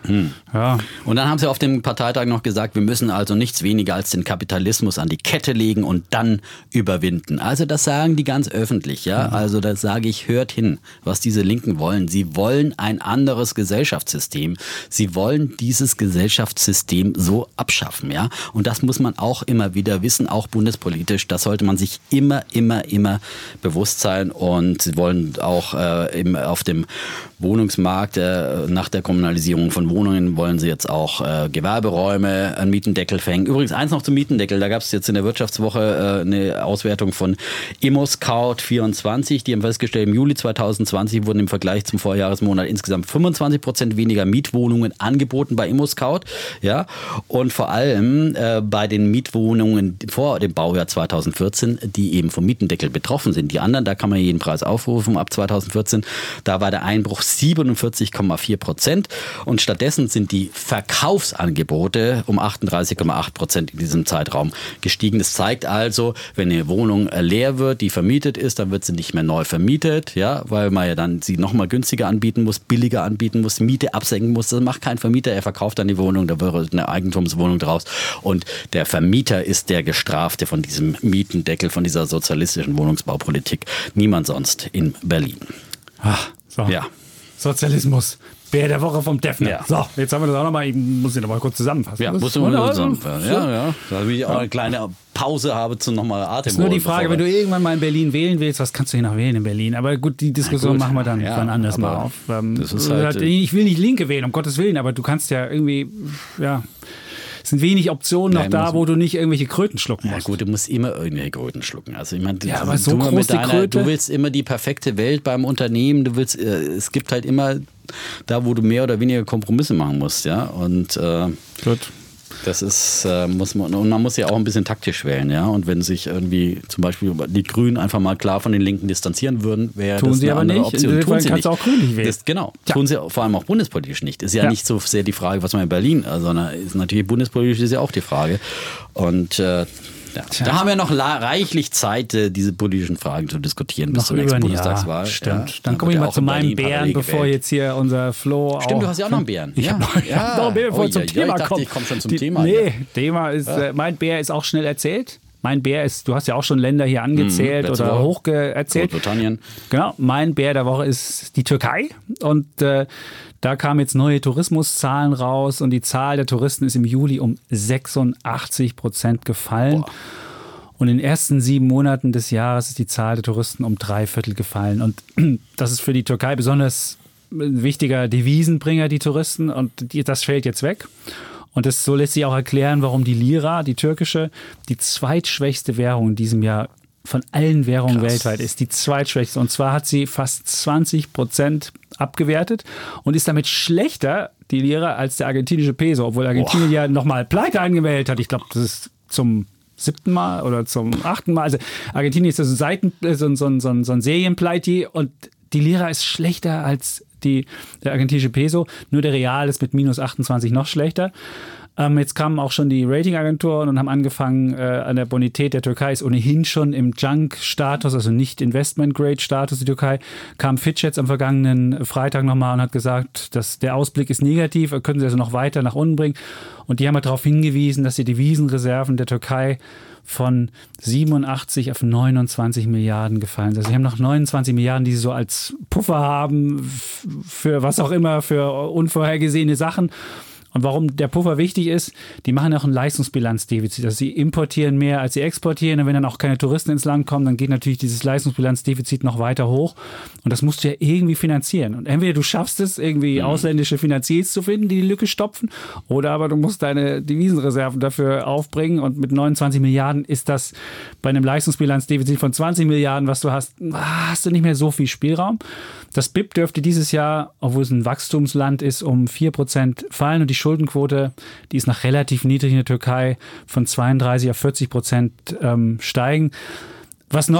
Hm. Ja. Und dann haben sie auf dem Parteitag noch gesagt, wir müssen also nichts weniger als den Kapitalismus an die Kette legen und dann überwinden. Also das sagen die ganz öffentlich, ja. Mhm. Also das sage ich, hört hin, was diese Linken wollen. Sie wollen ein anderes Gesellschaftssystem. Sie wollen dieses Gesellschaftssystem so abschaffen, ja. Und das muss man auch immer wieder wissen, auch bundespolitisch. Das sollte man sich immer, immer, immer bewusst sein. Und sie wollen auch äh, im, auf dem Wohnungsmarkt äh, nach der Kommunalisierung von Wohnungen wollen sie jetzt auch äh, Gewerberäume, einen Mietendeckel verhängen. Übrigens eins noch zum Mietendeckel, da gab es jetzt in der Wirtschaftswoche äh, eine Auswertung von ImmoScout vierundzwanzig, die haben festgestellt, im Juli zweitausendzwanzig wurden im Vergleich zum Vorjahresmonat insgesamt fünfundzwanzig Prozent weniger Mietwohnungen angeboten bei ImmoScout. Ja? Und vor allem äh, bei den Mietwohnungen vor dem Baujahr zweitausendvierzehn, die eben vom Mietendeckel betroffen sind. Die anderen, da kann man jeden Preis aufrufen ab zweitausendvierzehn, da war der Einbruch siebenundvierzig Komma vier Prozent und stattdessen sind die Verkaufsangebote um achtunddreißig Komma acht Prozent in diesem Zeitraum gestiegen. Das zeigt also, wenn eine Wohnung leer wird, die vermietet ist, dann wird sie nicht mehr neu vermietet, ja, weil man ja dann sie nochmal günstiger anbieten muss, billiger anbieten muss, Miete absenken muss. Das macht kein Vermieter, er verkauft dann die Wohnung, da wird eine Eigentumswohnung draus und der Vermieter ist der Gestrafte von diesem Mietendeckel, von dieser sozialistischen Wohnungsbaupolitik. Niemand sonst in Berlin. Ach, so. Ja. Sozialismus. Bär der Woche vom Defner. Ja. So, jetzt haben wir das auch nochmal. Ich muss den nochmal kurz zusammenfassen. Ja, musst du mal zusammenfassen. Ja, ja. Damit ich auch eine kleine Pause habe zu nochmal Atem. Das ist nur die Frage, wenn du irgendwann mal in Berlin wählen willst, was kannst du hier noch wählen in Berlin? Aber gut, die Diskussion gut. machen wir dann ja, wann anders mal auf. Das ist halt, ich will nicht Linke wählen, um Gottes Willen, aber du kannst ja irgendwie, ja... Es sind wenig Optionen noch Nein, da, wo du nicht irgendwelche Kröten schlucken musst. Ja gut, du musst immer irgendwelche Kröten schlucken. Also ich meine, ja, aber so groß die Kröte. Du willst immer die perfekte Welt beim Unternehmen. Du willst, äh, es gibt halt immer da, wo du mehr oder weniger Kompromisse machen musst, ja. Und äh, gut. Das ist, äh, muss man, und man muss ja auch ein bisschen taktisch wählen, ja. Und wenn sich irgendwie zum Beispiel die Grünen einfach mal klar von den Linken distanzieren würden, wäre das eine andere nicht. Option. Tun sie kannst nicht. Auch grünlich wählen. Das, genau. Ja. Tun sie vor allem auch bundespolitisch nicht. Ist ja, ja nicht so sehr die Frage, was man in Berlin, sondern ist natürlich bundespolitisch ist ja auch die Frage. Und äh, ja. Da haben wir noch reichlich Zeit, diese politischen Fragen zu diskutieren bis noch zur nächsten Bundestagswahl. Ja, stimmt. Ja. Dann, dann komme ich mal zu meinem Bären, bevor jetzt hier unser Flo. Stimmt, du hast ja auch noch einen Bären. Ich ja. habe noch, ja. hab noch einen Bären, bevor oh, zum ja, Thema ja, ich dachte, kommt. Ich komme schon zum Die, Thema. Nee, ja. Thema ist, ja. äh, mein Bär ist auch schnell erzählt. Mein Bär ist, du hast ja auch schon Länder hier angezählt mhm, oder hochgeerzählt. Großbritannien. Genau, mein Bär der Woche ist die Türkei. Und äh, da kamen jetzt neue Tourismuszahlen raus und die Zahl der Touristen ist im Juli um sechsundachtzig Prozent gefallen. Boah. Und in den ersten sieben Monaten des Jahres ist die Zahl der Touristen um drei Viertel gefallen. Und das ist für die Türkei besonders ein wichtiger Devisenbringer, die Touristen. Und die, das fällt jetzt weg. Und das, so lässt sich auch erklären, warum die Lira, die türkische, die zweitschwächste Währung in diesem Jahr von allen Währungen Krass. weltweit ist. Die zweitschwächste. Und zwar hat sie fast zwanzig Prozent abgewertet und ist damit schlechter, die Lira, als der argentinische Peso. Obwohl Argentinien Boah. ja nochmal Pleite angemeldet hat. Ich glaube, das ist zum siebten Mal oder zum achten Mal. Also Argentinien ist so ein, Seiten, so ein, so ein, so ein, so ein Serienpleiti und die Lira ist schlechter als die, der argentinische Peso. Nur der Real ist mit minus achtundzwanzig noch schlechter. Ähm, jetzt kamen auch schon die Ratingagenturen und haben angefangen, äh, an der Bonität der Türkei ist ohnehin schon im Junk-Status, also nicht Investment-Grade-Status. Die Türkei kam Fitch jetzt am vergangenen Freitag nochmal und hat gesagt, dass der Ausblick ist negativ, können sie also noch weiter nach unten bringen. Und die haben halt darauf hingewiesen, dass die Devisenreserven der Türkei von siebenundachtzig auf neunundzwanzig Milliarden gefallen sind. Also sie haben noch neunundzwanzig Milliarden, die sie so als Puffer haben für was auch immer, für unvorhergesehene Sachen. Und warum der Puffer wichtig ist, die machen auch ein Leistungsbilanzdefizit. Also sie importieren mehr, als sie exportieren. Und wenn dann auch keine Touristen ins Land kommen, dann geht natürlich dieses Leistungsbilanzdefizit noch weiter hoch. Und das musst du ja irgendwie finanzieren. Und entweder du schaffst es, irgendwie mhm. ausländische Finanziers zu finden, die die Lücke stopfen, oder aber du musst deine Devisenreserven dafür aufbringen. Und mit neunundzwanzig Milliarden ist das bei einem Leistungsbilanzdefizit von zwanzig Milliarden, was du hast, hast du nicht mehr so viel Spielraum. Das B I P dürfte dieses Jahr, obwohl es ein Wachstumsland ist, um vier Prozent fallen. Und die Schuldenquote, die ist noch relativ niedrig in der Türkei, von zweiunddreißig auf vierzig Prozent ähm, steigen. Was noch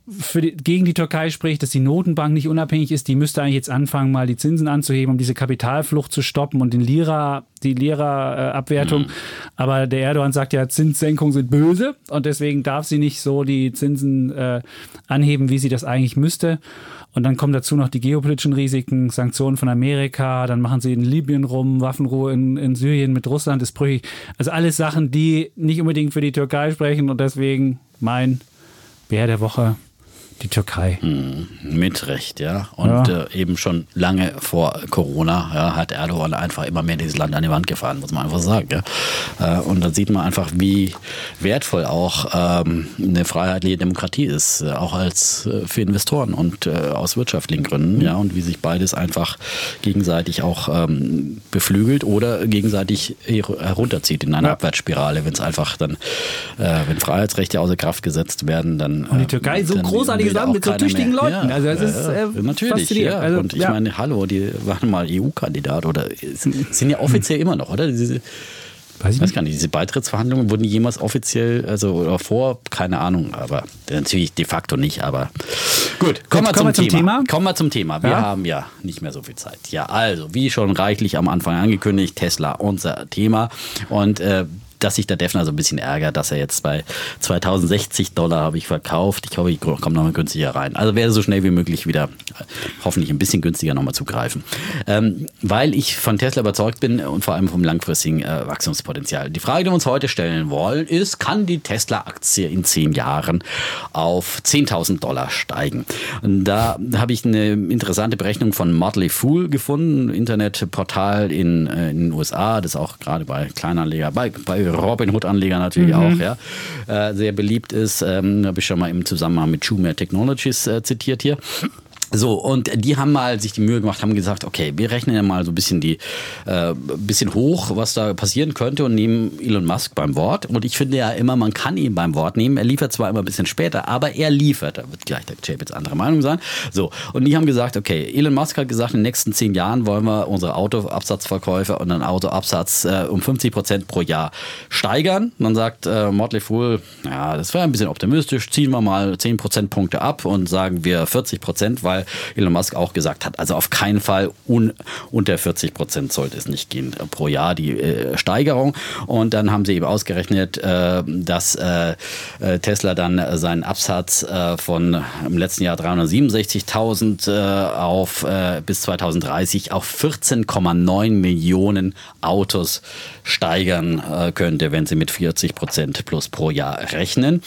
für die, gegen die Türkei spricht, dass die Notenbank nicht unabhängig ist. Die müsste eigentlich jetzt anfangen, mal die Zinsen anzuheben, um diese Kapitalflucht zu stoppen und den Lira, die Lira-Abwertung. Mhm. Aber der Erdogan sagt ja, Zinssenkungen sind böse und deswegen darf sie nicht so die Zinsen äh, anheben, wie sie das eigentlich müsste. Und dann kommen dazu noch die geopolitischen Risiken, Sanktionen von Amerika, dann machen sie in Libyen rum, Waffenruhe in, in Syrien mit Russland ist brüchig. Also alles Sachen, die nicht unbedingt für die Türkei sprechen und deswegen mein Bär der Woche, die Türkei. Hm, mit Recht, ja. Und ja. Äh, eben schon lange vor Corona ja, hat Erdogan einfach immer mehr dieses Land an die Wand gefahren, muss man einfach sagen. Ja. Äh, und dann sieht man einfach, wie wertvoll auch ähm, eine freiheitliche Demokratie ist, äh, auch als äh, für Investoren und äh, aus wirtschaftlichen Gründen. Mhm. Ja, und wie sich beides einfach gegenseitig auch ähm, beflügelt oder gegenseitig herunterzieht in einer ja. Abwärtsspirale, wenn es einfach dann, äh, wenn Freiheitsrechte außer Kraft gesetzt werden, dann. Und die Türkei so großartig Land mit so tüchtigen mehr. Leuten. Ja, also das ist äh, natürlich. Ja. Also, und ich ja. meine, hallo, die waren mal E U-Kandidat oder sind ja offiziell immer noch, oder? Diese, weiß ich weiß gar nicht, diese Beitrittsverhandlungen wurden jemals offiziell, also oder vor, keine Ahnung, aber natürlich de facto nicht, aber gut, kommen wir zum, zum Thema. Thema. Kommen wir zum Thema. Wir ja. haben ja nicht mehr so viel Zeit. Ja, also, wie schon reichlich am Anfang angekündigt, Tesla unser Thema und äh, dass sich der Defner so ein bisschen ärgert, dass er jetzt bei zweitausendsechzig Dollar habe ich verkauft. Ich hoffe, ich komme nochmal günstiger rein. Also werde so schnell wie möglich wieder hoffentlich ein bisschen günstiger nochmal zugreifen. Ähm, weil ich von Tesla überzeugt bin und vor allem vom langfristigen äh, Wachstumspotenzial. Die Frage, die wir uns heute stellen wollen, ist, kann die Tesla-Aktie in zehn Jahren auf zehntausend Dollar steigen? Und da habe ich eine interessante Berechnung von Motley Fool gefunden, ein Internetportal in, äh, in den U S A, das auch gerade bei Kleinanleger, bei, bei Robinhood-Anleger natürlich mhm. auch, ja, äh, sehr beliebt ist. Ähm, habe ich schon mal im Zusammenhang mit Schumer Technologies äh, zitiert hier. So, und die haben mal sich die Mühe gemacht, haben gesagt, okay, wir rechnen ja mal so ein bisschen die, äh, bisschen hoch, was da passieren könnte und nehmen Elon Musk beim Wort. Und ich finde ja immer, man kann ihn beim Wort nehmen. Er liefert zwar immer ein bisschen später, aber er liefert. Da wird gleich der Chapitz andere Meinung sein. So, und die haben gesagt, okay, Elon Musk hat gesagt, in den nächsten zehn Jahren wollen wir unsere Autoabsatzverkäufe und den Autoabsatz äh, um fünfzig Prozent pro Jahr steigern. Und dann sagt äh, Motley Fool, ja, das wäre ein bisschen optimistisch, ziehen wir mal zehn Prozentpunkte ab und sagen wir vierzig Prozent, weil Elon Musk auch gesagt hat, also auf keinen Fall un, unter vierzig Prozent sollte es nicht gehen pro Jahr, die äh, Steigerung. Und dann haben sie eben ausgerechnet, äh, dass äh, Tesla dann seinen Absatz äh, von im letzten Jahr dreihundertsiebenundsechzigtausend äh, auf äh, bis zweitausenddreißig auf vierzehn Komma neun Millionen Autos steigern äh, könnte, wenn sie mit vierzig Prozent plus pro Jahr rechnen.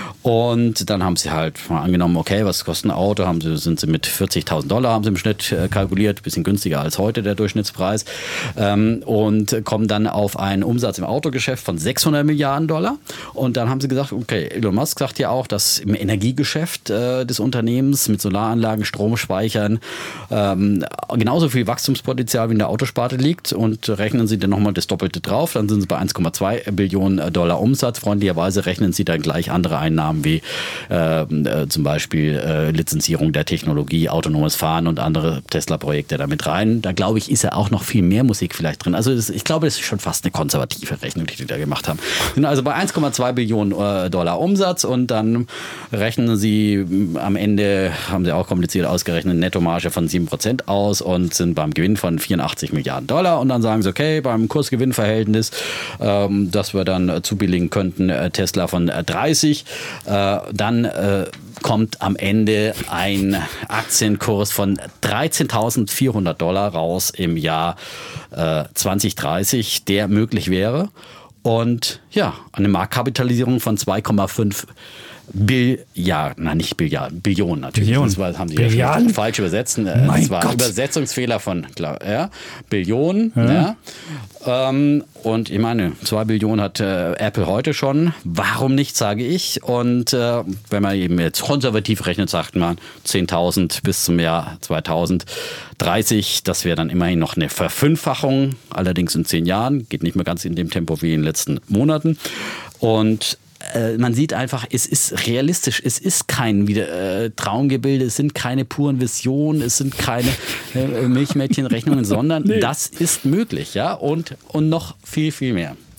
Und dann haben sie halt mal angenommen, okay, was kostet ein Auto? Haben sie, sind sie mit vierzigtausend Dollar haben sie im Schnitt äh, kalkuliert, bisschen günstiger als heute der Durchschnittspreis, ähm, und kommen dann auf einen Umsatz im Autogeschäft von sechshundert Milliarden Dollar. Und dann haben sie gesagt, okay, Elon Musk sagt ja auch, dass im Energiegeschäft äh, des Unternehmens mit Solaranlagen, Stromspeichern ähm, genauso viel Wachstumspotenzial wie in der Autosparte liegt, und rechnen sie dann nochmal das Doppelte drauf, dann sind sie bei eins Komma zwei Billionen Dollar Umsatz. Freundlicherweise rechnen sie dann gleich andere Einnahmen wie äh, äh, zum Beispiel äh, Lizenzierung der Technologie, autonomes Fahren und andere Tesla-Projekte damit rein. Da glaube ich, ist ja auch noch viel mehr Musik vielleicht drin. Also das, ich glaube, das ist schon fast eine konservative Rechnung, die die da gemacht haben. Sind also bei eins Komma zwei Billionen äh, Dollar Umsatz, und dann rechnen sie am Ende, haben sie auch kompliziert ausgerechnet, eine Nettomarge von sieben Prozent aus und sind beim Gewinn von vierundachtzig Milliarden Dollar. Und dann sagen sie, okay, beim Kurs-Gewinn-Verhältnis, ähm, das wir dann äh, zubilligen könnten, äh, Tesla von äh, dreißig, äh, dann äh, kommt am Ende ein Aktienkurs von dreizehntausendvierhundert Dollar raus im Jahr äh, zwanzig dreißig, der möglich wäre. Und ja, eine Marktkapitalisierung von zwei Komma fünf Billiarden, nein, nicht Billiarden, Billionen natürlich. Billionen. Das war, haben sie ja schon falsch übersetzt. Mein das war ein Übersetzungsfehler von, klar, ja, Billionen. Ja. Ja. Ähm, und ich meine, zwei Billionen hat äh, Apple heute schon. Warum nicht, sage ich. Und äh, wenn man eben jetzt konservativ rechnet, sagt man zehntausend bis zum Jahr zweitausenddreißig. Das wäre dann immerhin noch eine Verfünffachung, allerdings in zehn Jahren. Geht nicht mehr ganz in dem Tempo wie in den letzten Monaten. Und man sieht einfach, es ist realistisch, es ist kein wieder, äh, Traumgebilde, es sind keine puren Visionen, es sind keine äh, Milchmädchenrechnungen, sondern nee. Das ist möglich, ja, und, und noch viel, viel mehr.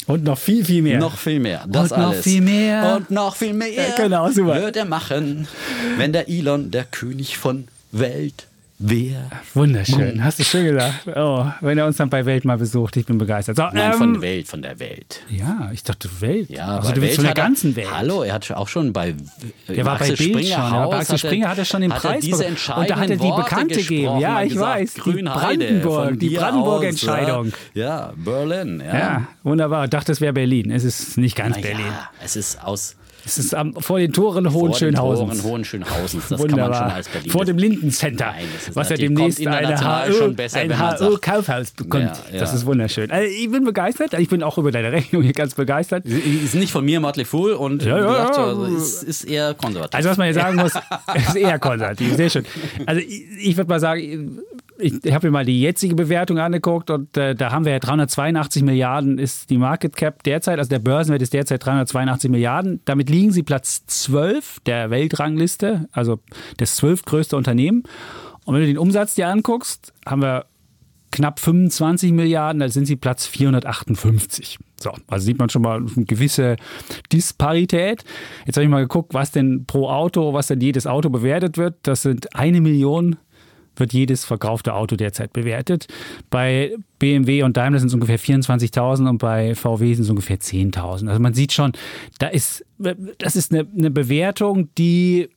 Und noch viel, viel mehr. Noch viel mehr. Das Und noch alles. viel mehr. Und noch viel mehr. Ja, genau, super. Wird er machen, wenn der Elon der König von Welt wäre. Wunderschön. Hast du schön gesagt. Oh, wenn er uns dann bei Welt mal besucht, ich bin begeistert. So, Nein, ähm, von Welt, von der Welt. Ja, ich dachte Welt. Ja, also bei du willst Welt von der hat er- ganzen Welt. Hallo, er hat auch schon bei Der war bei Bild schon. Ja, bei Axel Springer hat er schon den hat er Preis diese bekommen. Und da hat er die entscheidenden Bekannte Worte gegeben. Ja, gesprochen ich und gesagt, weiß. Die Grünheide, Brandenburg, von die dir Brandenburg-Entscheidung. aus, Ja, Berlin. Ja, Ja, wunderbar. Ich dachte, es wäre Berlin. Es ist nicht ganz Na Berlin. ja, es ist aus Es ist am, vor den Toren vor den Toren Hohenschönhausens. Hohenschönhausens. Das Wunderbar. kann man schon als Berlin. Vor dem Lindencenter, Nein, das ist was ja natürlich- demnächst kommt eine international H Ö, schon besser, ein wenn man H sagt. Ö-Kaufhaus bekommt. Ja, ja. Das ist wunderschön. Also ich bin begeistert. Ich bin auch über deine Rechnung hier ganz begeistert. Ist nicht von mir Motley Fool und Ja, wie ja, gesagt, ja. also ist, ist eher konservativ. Also was man jetzt sagen muss, ist eher konservativ. Sehr schön. Also ich, ich würde mal sagen, ich, ich habe mir mal die jetzige Bewertung angeguckt und äh, da haben wir ja dreihundertzweiundachtzig Milliarden ist die Market Cap derzeit, also der Börsenwert ist derzeit dreihundertzweiundachtzig Milliarden. Damit liegen sie Platz zwölf der Weltrangliste, also das zwölftgrößte Unternehmen. Und wenn du den Umsatz dir anguckst, haben wir knapp fünfundzwanzig Milliarden, da sind sie Platz vierhundertachtundfünfzig. So, also sieht man schon mal eine gewisse Disparität. Jetzt habe ich mal geguckt, was denn pro Auto, was denn jedes Auto bewertet wird. Das sind eine Million wird jedes verkaufte Auto derzeit bewertet. Bei B M W und Daimler sind es ungefähr vierundzwanzigtausend und bei V W sind es ungefähr zehntausend. Also man sieht schon, da ist, das ist eine, eine Bewertung, die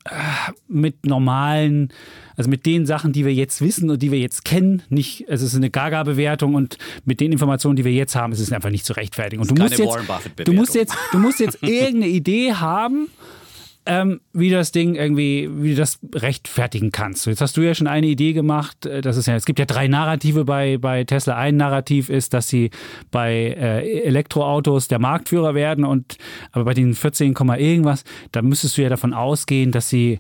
mit normalen, also mit den Sachen, die wir jetzt wissen und die wir jetzt kennen, nicht, also es ist eine Gaga-Bewertung und mit den Informationen, die wir jetzt haben, ist es einfach nicht zu rechtfertigen. Und du musst, jetzt, du musst jetzt, du musst jetzt irgendeine Idee haben, ähm, wie das Ding irgendwie, wie du das rechtfertigen kannst. Jetzt hast du ja schon eine Idee gemacht, das ist ja, es gibt ja drei Narrative bei, bei Tesla. Ein Narrativ ist, dass sie bei äh, Elektroautos der Marktführer werden und aber bei den vierzehn, irgendwas, da müsstest du ja davon ausgehen, dass sie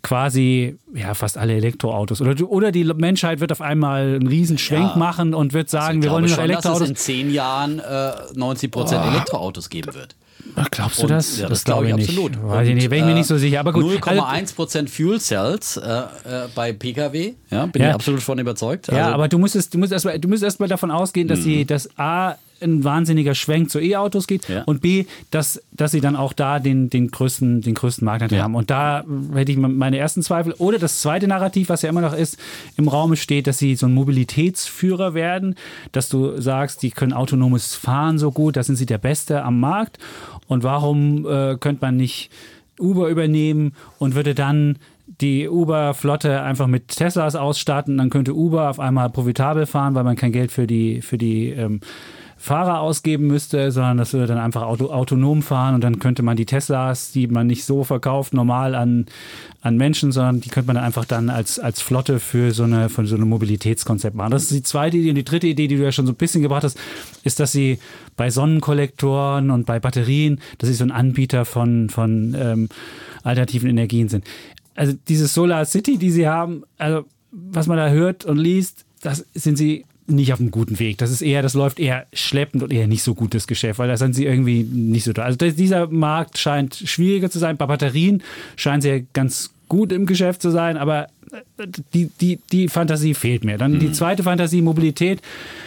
quasi ja fast alle Elektroautos oder, oder die Menschheit wird auf einmal einen riesen Schwenk Ja. machen und wird sagen, ich wir wollen nur noch schon, Elektroautos. dass es in zehn Jahren äh, neunzig Prozent Oh. Elektroautos geben wird. Ach, glaubst du Und, das? ja, das glaube ich nicht. absolut. Weiß ich nicht, bin ich mir nicht so sicher. Aber gut. null Komma eins Prozent Fuel Cells äh, äh, bei P K W, ja, bin Ja. ich absolut von überzeugt. Ja, Also, aber du musst, es, du musst erstmal du musst erst mal davon ausgehen, dass sie das A ein wahnsinniger Schwenk zu E-Autos geht Ja. und B, dass, dass sie dann auch da den, den, größten, den größten Marktanteil Ja. haben. Und da hätte ich meine ersten Zweifel. Oder das zweite Narrativ, was ja immer noch ist, im Raum steht, dass sie so ein Mobilitätsführer werden, dass du sagst, die können autonomes Fahren so gut, da sind sie der Beste am Markt. Und warum äh, könnte man nicht Uber übernehmen und würde dann die Uber-Flotte einfach mit Teslas ausstatten, dann könnte Uber auf einmal profitabel fahren, weil man kein Geld für die, für die ähm, Fahrer ausgeben müsste, sondern das würde dann einfach auto, autonom fahren und dann könnte man die Teslas, die man nicht so verkauft, normal an, an Menschen, sondern die könnte man dann einfach dann als, als Flotte für so eine, für so eine Mobilitätskonzept machen. Das ist die zweite Idee. Und die dritte Idee, die du ja schon so ein bisschen gebracht hast, ist, dass sie bei Sonnenkollektoren und bei Batterien, dass sie so ein Anbieter von, von ähm, alternativen Energien sind. Also diese Solar City, die sie haben, also was man da hört und liest, das sind sie nicht auf einem guten Weg. Das ist eher, das läuft eher schleppend und eher nicht so gutes Geschäft, weil da sind sie irgendwie nicht so da. Also dieser Markt scheint schwieriger zu sein. Bei Batterien scheint sie ja ganz gut im Geschäft zu sein, aber die, die, die Fantasie fehlt mir. Dann die zweite Fantasie, Mobilität.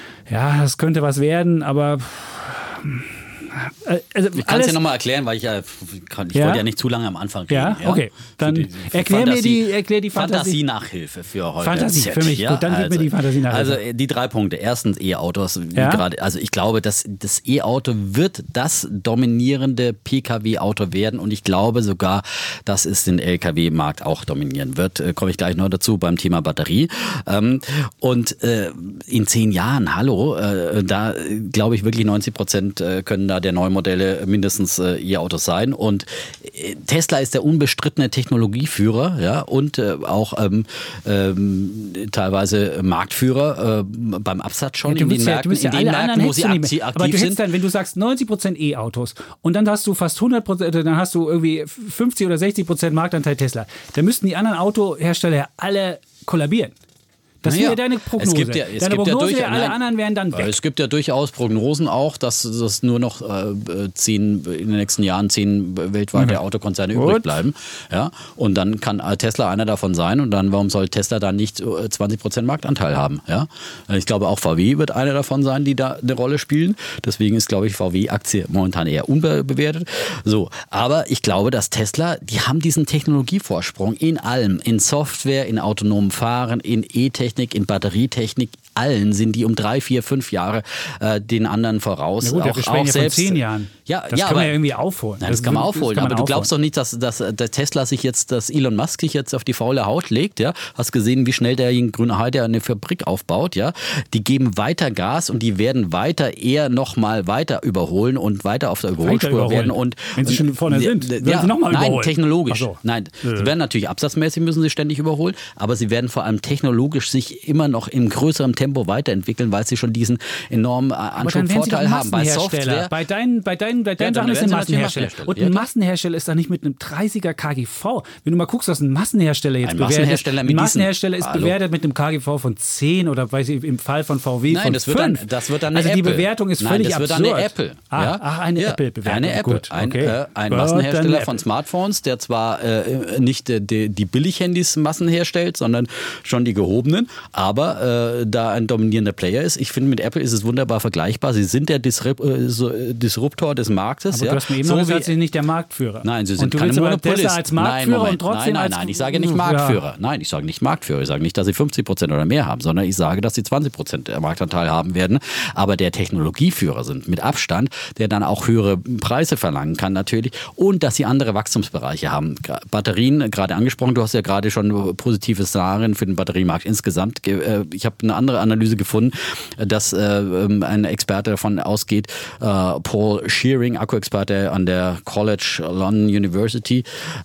Ja, das könnte was werden, aber also ich kann es ja nochmal erklären, weil ich ja, ich Ja? wollte ja nicht zu lange am Anfang reden. Ja, okay. Dann Für die- für erklär mir Fantasie- die- erklär die Fantasie- Fantasie-Nachhilfe für heute. Fantasie für mich. Gut, dann gib mir die Fantasie-Nachhilfe. Also die drei Punkte. Erstens E-Autos. wie Ja? gerade- Also ich glaube, dass das E-Auto wird das dominierende P K W-Auto werden und ich glaube sogar, dass es den L K W-Markt auch dominieren wird. Äh, Komme ich gleich noch dazu beim Thema Batterie. Ähm, und äh, in zehn Jahren, hallo, äh, da äh, glaube ich wirklich neunzig Prozent äh, können da der neuen Modelle mindestens äh, E-Autos sein. Und äh, Tesla ist der unbestrittene Technologieführer, ja, und äh, auch ähm, ähm, teilweise Marktführer äh, beim Absatz schon Ja, in den ja, Märkten, ja in den Märkten, wo sie aktiv aktiv, Aber du aktiv hättest sind. dann, wenn du sagst neunzig Prozent E-Autos und dann hast du fast hundert Prozent, dann hast du irgendwie fünfzig oder sechzig Prozent Marktanteil Tesla, dann müssten die anderen Autohersteller ja alle kollabieren. Das naja, wäre deine Prognose. Es gibt ja, es deine gibt Prognose, ja durch, alle nein, anderen wären dann weg. Es gibt ja durchaus Prognosen auch, dass es nur noch äh, zehn, in den nächsten Jahren zehn weltweite mhm. Autokonzerne Gut. übrig bleiben. Ja? Und dann kann Tesla einer davon sein und dann, warum soll Tesla dann nicht zwanzig Prozent Marktanteil haben? Ja? Ich glaube, auch V W wird einer davon sein, die da eine Rolle spielen. Deswegen ist, glaube ich, V W-Aktie momentan eher unbewertet. So, aber ich glaube, dass Tesla, die haben diesen Technologievorsprung in allem, in Software, in autonomem Fahren, in E-Technik, in Batterietechnik, allen sind die um drei, vier, fünf Jahre äh, den anderen voraus. Na gut, auch, wir sprechen auch ja selbst, von zehn Jahren. Ja, das ja, kann aber, man ja irgendwie aufholen. Nein, das, das kann man aufholen, das kann man aber du glaubst aufholen. doch nicht, dass, dass der Tesla sich jetzt, dass Elon Musk sich jetzt auf die faule Haut legt. Ja? Hast gesehen, wie schnell der in Grünheide eine Fabrik aufbaut. Ja? Die geben weiter Gas und die werden weiter eher noch mal weiter überholen und weiter auf der Überholspur werden. Und, Wenn sie schon vorne sind, werden ja, sie noch mal nein, überholen. technologisch. So. Nein, äh. sie werden natürlich absatzmäßig müssen sie ständig überholen, aber sie werden vor allem technologisch sich immer noch in größerem Tempo weiterentwickeln, weil sie schon diesen enormen Anschubvorteil haben bei Software. Bei deinen, bei deinen, bei deinen ja, Sachen ist ein Massenhersteller. Und ein ja, Massenhersteller ist doch nicht mit einem dreißiger K G V. Wenn du mal guckst, was ein Massenhersteller jetzt ein bewertet. Massenhersteller ein Massenhersteller ist Hallo. bewertet mit einem K G V von zehn oder weiß ich, im Fall von V W Nein, von das wird fünf. Dann, das wird dann eine also die Apple. Bewertung ist Nein, völlig das wird absurd. Dann eine Apple. Ach, ja? ach eine ja. Apple-Bewertung. Eine Apple. Gut, ein, okay. äh, ein Gut, Massenhersteller von Apple. Smartphones, der zwar äh, nicht die, die, die Billighandys Massen herstellt, sondern schon die gehobenen, aber äh, da ein dominierender Player ist. Ich finde, mit Apple ist es wunderbar vergleichbar. Sie sind der Disrup äh, so, Disruptor des Marktes. Aber ja? du hast mir eben so noch gesagt, sie sind nicht der Marktführer. Nein, sie sind und du keine willst aber Monopolist. Tesla als Marktführer nein, und trotzdem nein, nein, als nein, ich sage nicht Marktführer. Ja. Nein, ich sage nicht Marktführer. Ich sage nicht, dass sie fünfzig Prozent oder mehr haben, sondern ich sage, dass sie zwanzig Prozent Marktanteil haben werden, aber der Technologieführer sind mit Abstand, der dann auch höhere Preise verlangen kann natürlich und dass sie andere Wachstumsbereiche haben. Batterien, gerade angesprochen, du hast ja gerade schon positive Szenarien für den Batteriemarkt insgesamt. Ich habe eine andere Analyse gefunden, dass ein Experte davon ausgeht, Paul Shearing, Akkuexperte an der College London University,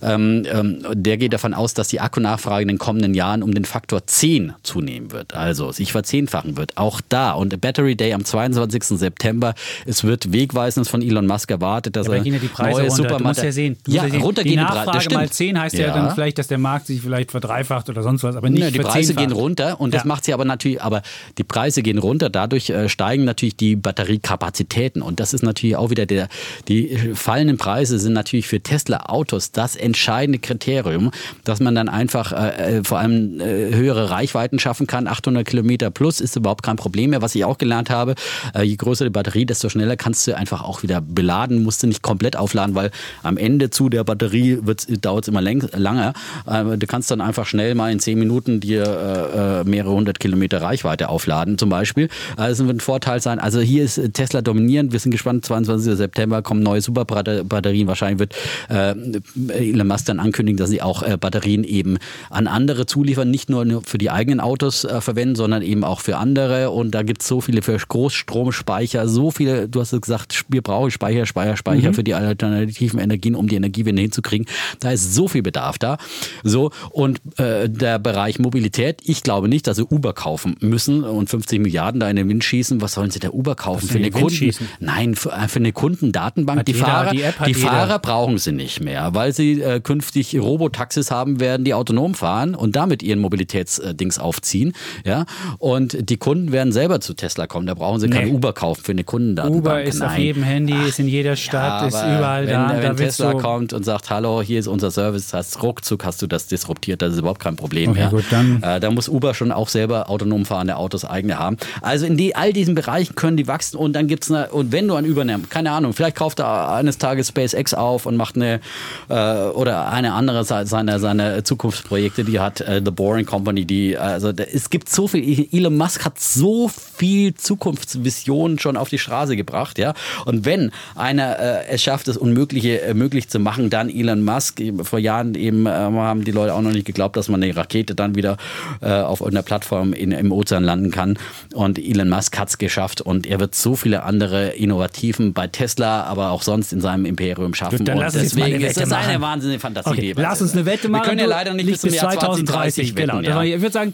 der geht davon aus, dass die Akkunachfrage in den kommenden Jahren um den Faktor zehn zunehmen wird, also sich verzehnfachen wird. Auch da und Battery Day am zweiundzwanzigsten September, es wird Wegweisendes von Elon Musk erwartet, dass ja, er gehen ja die Preise neue runter. Supermaterialien. Du musst ja sehen, du ja, musst ja sehen. runtergehen die die Preise. Nachfrage mal zehn heißt ja. ja dann vielleicht, dass der Markt sich vielleicht verdreifacht oder sonst was, aber nicht ja, die Preise gehen runter und das ja. macht sie aber natürlich, aber die Preise gehen runter, dadurch äh, steigen natürlich die Batteriekapazitäten und das ist natürlich auch wieder der, die fallenden Preise sind natürlich für Tesla-Autos das entscheidende Kriterium, dass man dann einfach äh, vor allem äh, höhere Reichweiten schaffen kann, achthundert Kilometer plus ist überhaupt kein Problem mehr, was ich auch gelernt habe, äh, je größer die Batterie, desto schneller kannst du einfach auch wieder beladen, musst du nicht komplett aufladen, weil am Ende zu der Batterie dauert es immer läng, lange, äh, du kannst dann einfach schnell mal in zehn Minuten dir äh, mehrere hundert Kilometer Reichweite aufladen zum Beispiel, also das wird ein Vorteil sein, also hier ist Tesla dominierend, wir sind gespannt, zweiundzwanzigsten September kommen neue Superbatterien, wahrscheinlich wird äh, Elon Musk dann ankündigen, dass sie auch äh, Batterien eben an andere zuliefern, nicht nur für die eigenen Autos äh, verwenden, sondern eben auch für andere und da gibt es so viele für Großstromspeicher, so viele, du hast gesagt, wir brauchen Speicher, Speicher, Speicher mhm. für die alternativen Energien, um die Energiewende hinzukriegen, da ist so viel Bedarf da, so und äh, der Bereich Mobilität, ich glaube nicht, dass sie Uber kaufen müssen und fünfzig Milliarden da in den Wind schießen, was sollen sie da Uber kaufen? Für eine Kunden? Nein, für, für eine Kundendatenbank, hat die jeder, Fahrer, die, die Fahrer brauchen sie nicht mehr, weil sie äh, künftig Robotaxis haben werden, die autonom fahren und damit ihren Mobilitätsdings aufziehen, ja, und die Kunden werden selber zu Tesla kommen, da brauchen sie nee. kein Uber kaufen für eine Kundendatenbank. Uber ist Nein. auf jedem Handy, Ach, ist in jeder Stadt, ja, ist überall wenn, da. Wenn da Tesla so kommt und sagt, hallo, hier ist unser Service, das heißt, ruckzuck hast du das disruptiert, das ist überhaupt kein Problem okay, mehr. Gut, dann äh, da muss Uber schon auch selber autonom fahrende Autos eigene haben. Also in die, all diesen Bereichen können die wachsen und dann gibt es eine, und wenn du einen übernimmst, keine Ahnung, vielleicht kauft er eines Tages SpaceX auf und macht eine, äh, oder eine andere seiner seine Zukunftsprojekte, die hat äh, The Boring Company, die, also da, es gibt so viel, Elon Musk hat so viel Zukunftsvisionen schon auf die Straße gebracht, ja, und wenn einer äh, es schafft, das Unmögliche äh, möglich zu machen, dann Elon Musk. Vor Jahren eben äh, haben die Leute auch noch nicht geglaubt, dass man eine Rakete dann wieder äh, auf irgendeiner Plattform in, im Ozean landen kann und Elon Musk hat es geschafft und er wird so viele andere Innovativen bei Tesla, aber auch sonst in seinem Imperium schaffen. Gut, dann und lass uns deswegen eine ist das machen. eine wahnsinnige Fantasie. Okay, lass uns eine Wette machen. Wir können ja leider nicht bis zum Jahr zwanzig dreißig wetten, genau. ja. Ich würde sagen,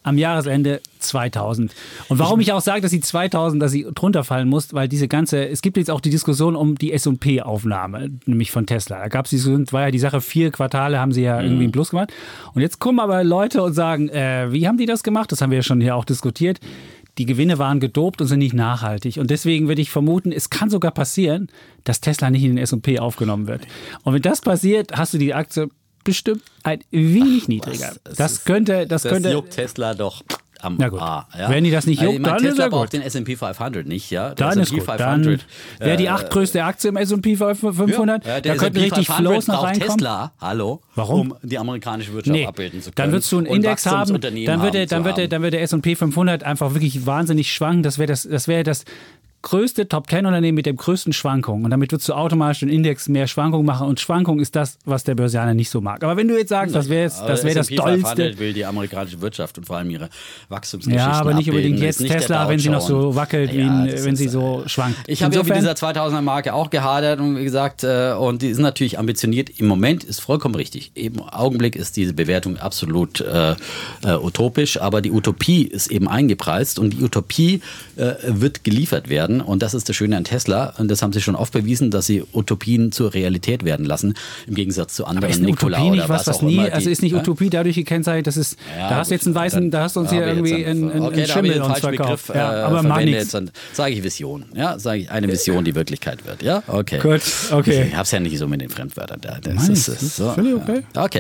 am Jahresende zweitausend. Und warum ich auch sage, dass sie zweitausend, dass sie drunter fallen muss, weil diese ganze, es gibt jetzt auch die Diskussion um die S und P-Aufnahme, nämlich von Tesla. Da gab es diese, war ja die Sache, vier Quartale haben sie ja irgendwie einen Plus gemacht. Und jetzt kommen aber Leute und sagen, äh, wie haben die das gemacht? Das haben wir ja schon hier auch diskutiert. Die Gewinne waren gedopt und sind nicht nachhaltig. Und deswegen würde ich vermuten, es kann sogar passieren, dass Tesla nicht in den S und P aufgenommen wird. Und wenn das passiert, hast du die Aktie bestimmt ein wenig Ach, niedriger. Was? Das, das könnte, das, das könnte. Juckt Tesla doch am Na gut. A. Ja? Wenn die das nicht juckt, ich mein, dann Tesla ist er braucht gut. den S und P fünfhundert nicht, ja. Der Dann ist gut. Dann wäre die äh, achtgrößte Aktie im S und P fünfhundert. Ja, da könnten richtig Flows noch braucht reinkommen. Tesla, hallo, Warum? um die amerikanische Wirtschaft nee. abbilden zu können. Dann würdest du einen Index haben, dann wird der, dann wird der, dann wird der S und P fünfhundert einfach wirklich wahnsinnig schwanken. Das wäre das, das wäre das größte Top zehn Unternehmen mit den größten Schwankungen. Und damit würdest du automatisch den Index mehr Schwankungen machen. Und Schwankung ist das, was der Börsianer nicht so mag. Aber wenn du jetzt sagst, das wäre das, wär das Dollste. Will die amerikanische Wirtschaft und vor allem ihre Wachstumsgeschichten Ja, aber nicht abbilden. unbedingt jetzt Tesla, wenn sie noch so wackelt, wie ja, in, wenn sie so schwankt. Ich habe ja mit dieser zweitausender Marke auch gehadert und wie gesagt, und die ist natürlich ambitioniert. Im Moment ist vollkommen richtig. Im Augenblick ist diese Bewertung absolut äh, äh, utopisch, aber die Utopie ist eben eingepreist und die Utopie äh, wird geliefert werden und das ist das Schöne an Tesla und das haben sie schon oft bewiesen, dass sie Utopien zur Realität werden lassen, im Gegensatz zu anderen. Aber ist eine Nikola Utopie nicht oder was, was was auch nie, immer die, also ist nicht ja? Utopie dadurch gekennzeichnet, dass es, ja, da hast du jetzt einen weißen, dann, da hast du uns hier irgendwie einen, einen, okay, einen Schimmel uns verkauft. Begriff, ja, äh, aber mach nichts. Dann sage ich Vision, ja, sage ich eine Vision, die Wirklichkeit wird, ja, okay. Gut, okay. Ich hab's ja nicht so mit den Fremdwörtern da. Das Nein, ist, das ist so. völlig okay. Okay.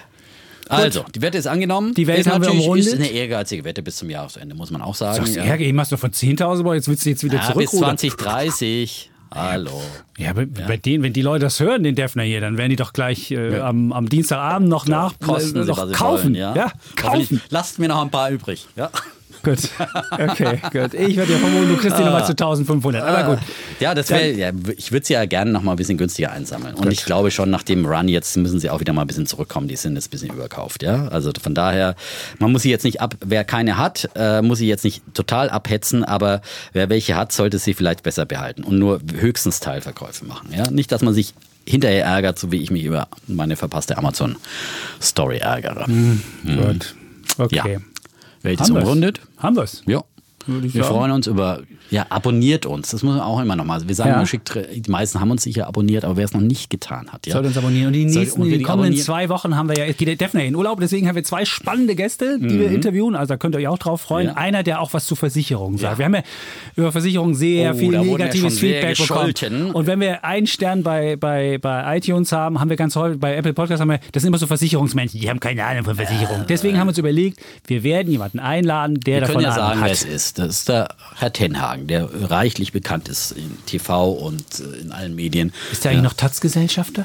Also, die Wette ist angenommen. Die Wette ist haben wir natürlich umrundet. ist eine ehrgeizige Wette bis zum Jahresende, muss man auch sagen. Sagst du, ja. Ärger, eben hast du von zehntausend, jetzt willst du jetzt wieder Ja, zurück. bis zwanzig dreißig. Hallo. Ja, bei, ja. bei denen, wenn die Leute das hören, den Defner hier, dann werden die doch gleich äh, ja. am, am Dienstagabend noch nach Kosten äh, sie, noch was sie kaufen. wollen, ja. Ja, kaufen. Lasst mir noch ein paar übrig. Ja. Gut, okay, gut. Ich werde ja vermuten, du kriegst die nochmal zu eintausendfünfhundert, aber gut. Ja, das wäre, ja, ich würde sie ja gerne noch mal ein bisschen günstiger einsammeln. Und gut. Ich glaube schon, nach dem Run jetzt müssen sie auch wieder mal ein bisschen zurückkommen. Die sind jetzt ein bisschen überkauft, ja. Also von daher, man muss sie jetzt nicht ab, wer keine hat, äh, muss sie jetzt nicht total abhetzen, aber wer welche hat, sollte sie vielleicht besser behalten und nur höchstens Teilverkäufe machen, ja. Nicht, dass man sich hinterher ärgert, so wie ich mich über meine verpasste Amazon-Story ärgere. Mhm. Mhm. Gut, okay. Ja. Welt ist umrundet. Haben wir es? Ja. Wir freuen uns über, ja, abonniert uns. Das muss man auch immer nochmal. Wir sagen ja. mal, schickt, die meisten haben uns sicher abonniert, aber wer es noch nicht getan hat, ja. Sollte uns abonnieren. Und die nächsten, die kommenden abonnieren? zwei Wochen haben wir ja, es geht der Defner in Urlaub, deswegen haben wir zwei spannende Gäste, die mhm. wir interviewen. Also da könnt ihr euch auch drauf freuen. Ja. Einer, der auch was zu Versicherungen sagt. Ja. Wir haben ja über Versicherungen sehr oh, viel negatives Feedback bekommen. Und wenn wir einen Stern bei, bei, bei iTunes haben, haben wir ganz häufig, bei Apple Podcasts haben wir, das sind immer so Versicherungsmenschen, die haben keine Ahnung von Versicherungen. Deswegen haben wir uns überlegt, wir werden jemanden einladen, der wir davon können ja sagen, hat. wer es ist. Das ist der Herr Tenhagen, der reichlich bekannt ist in T V und in allen Medien. Ist der eigentlich ja. noch Taz-Gesellschafter?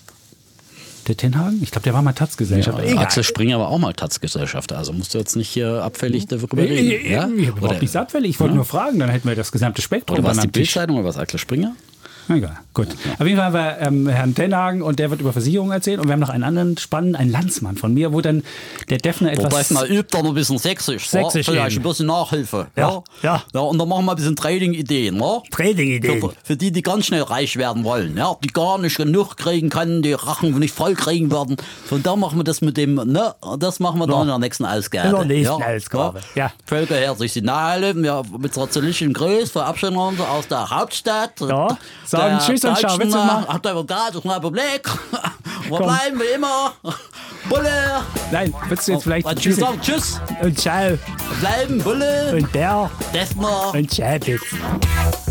Der Tenhagen? Ich glaube, der war mal Taz-Gesellschafter. Ja, Axel Springer war auch mal Taz-Gesellschafter. Also musst du jetzt nicht hier abfällig darüber reden. Ich, ich, ja? ich habe überhaupt nichts abfällig. Ich wollte ja. nur fragen, dann hätten wir das gesamte Spektrum. Oder war es die Bildzeitung oder was Axel Springer? Egal, gut. Ja. Auf jeden Fall haben wir ähm, Herrn Tenhagen und der wird über Versicherungen erzählen. Und wir haben noch einen anderen spannenden, einen Landsmann von mir, wo dann der Defner etwas... Wobei es mal übt, dann ein bisschen sächsisch. Sächsisch ja? Vielleicht ein bisschen Nachhilfe. Ja, ja. ja. ja und dann machen wir ein bisschen Trading-Ideen. Ja? Trading-Ideen. Für, für die, die ganz schnell reich werden wollen. Ja? Die gar nicht genug kriegen können, die Rachen nicht voll kriegen werden. Von da machen wir das mit dem... Ne? Das machen wir dann ja. in der nächsten Ausgabe. In der nächsten ja? Ausgabe, ja. Völker herzlich Signale. Wir mit unserer ziemlichen Grüße verabschieden uns aus der Hauptstadt. Ja, sagen Tschüss und Ciao. Witze machen. Ach, da war das ist eine Republik. Wir bleiben wie immer. Bulle. Nein, willst du jetzt vielleicht und tschüss. Sagen, tschüss. Und ciao. Wir bleiben Bulle. Und der. Defner. Und Schäbitz.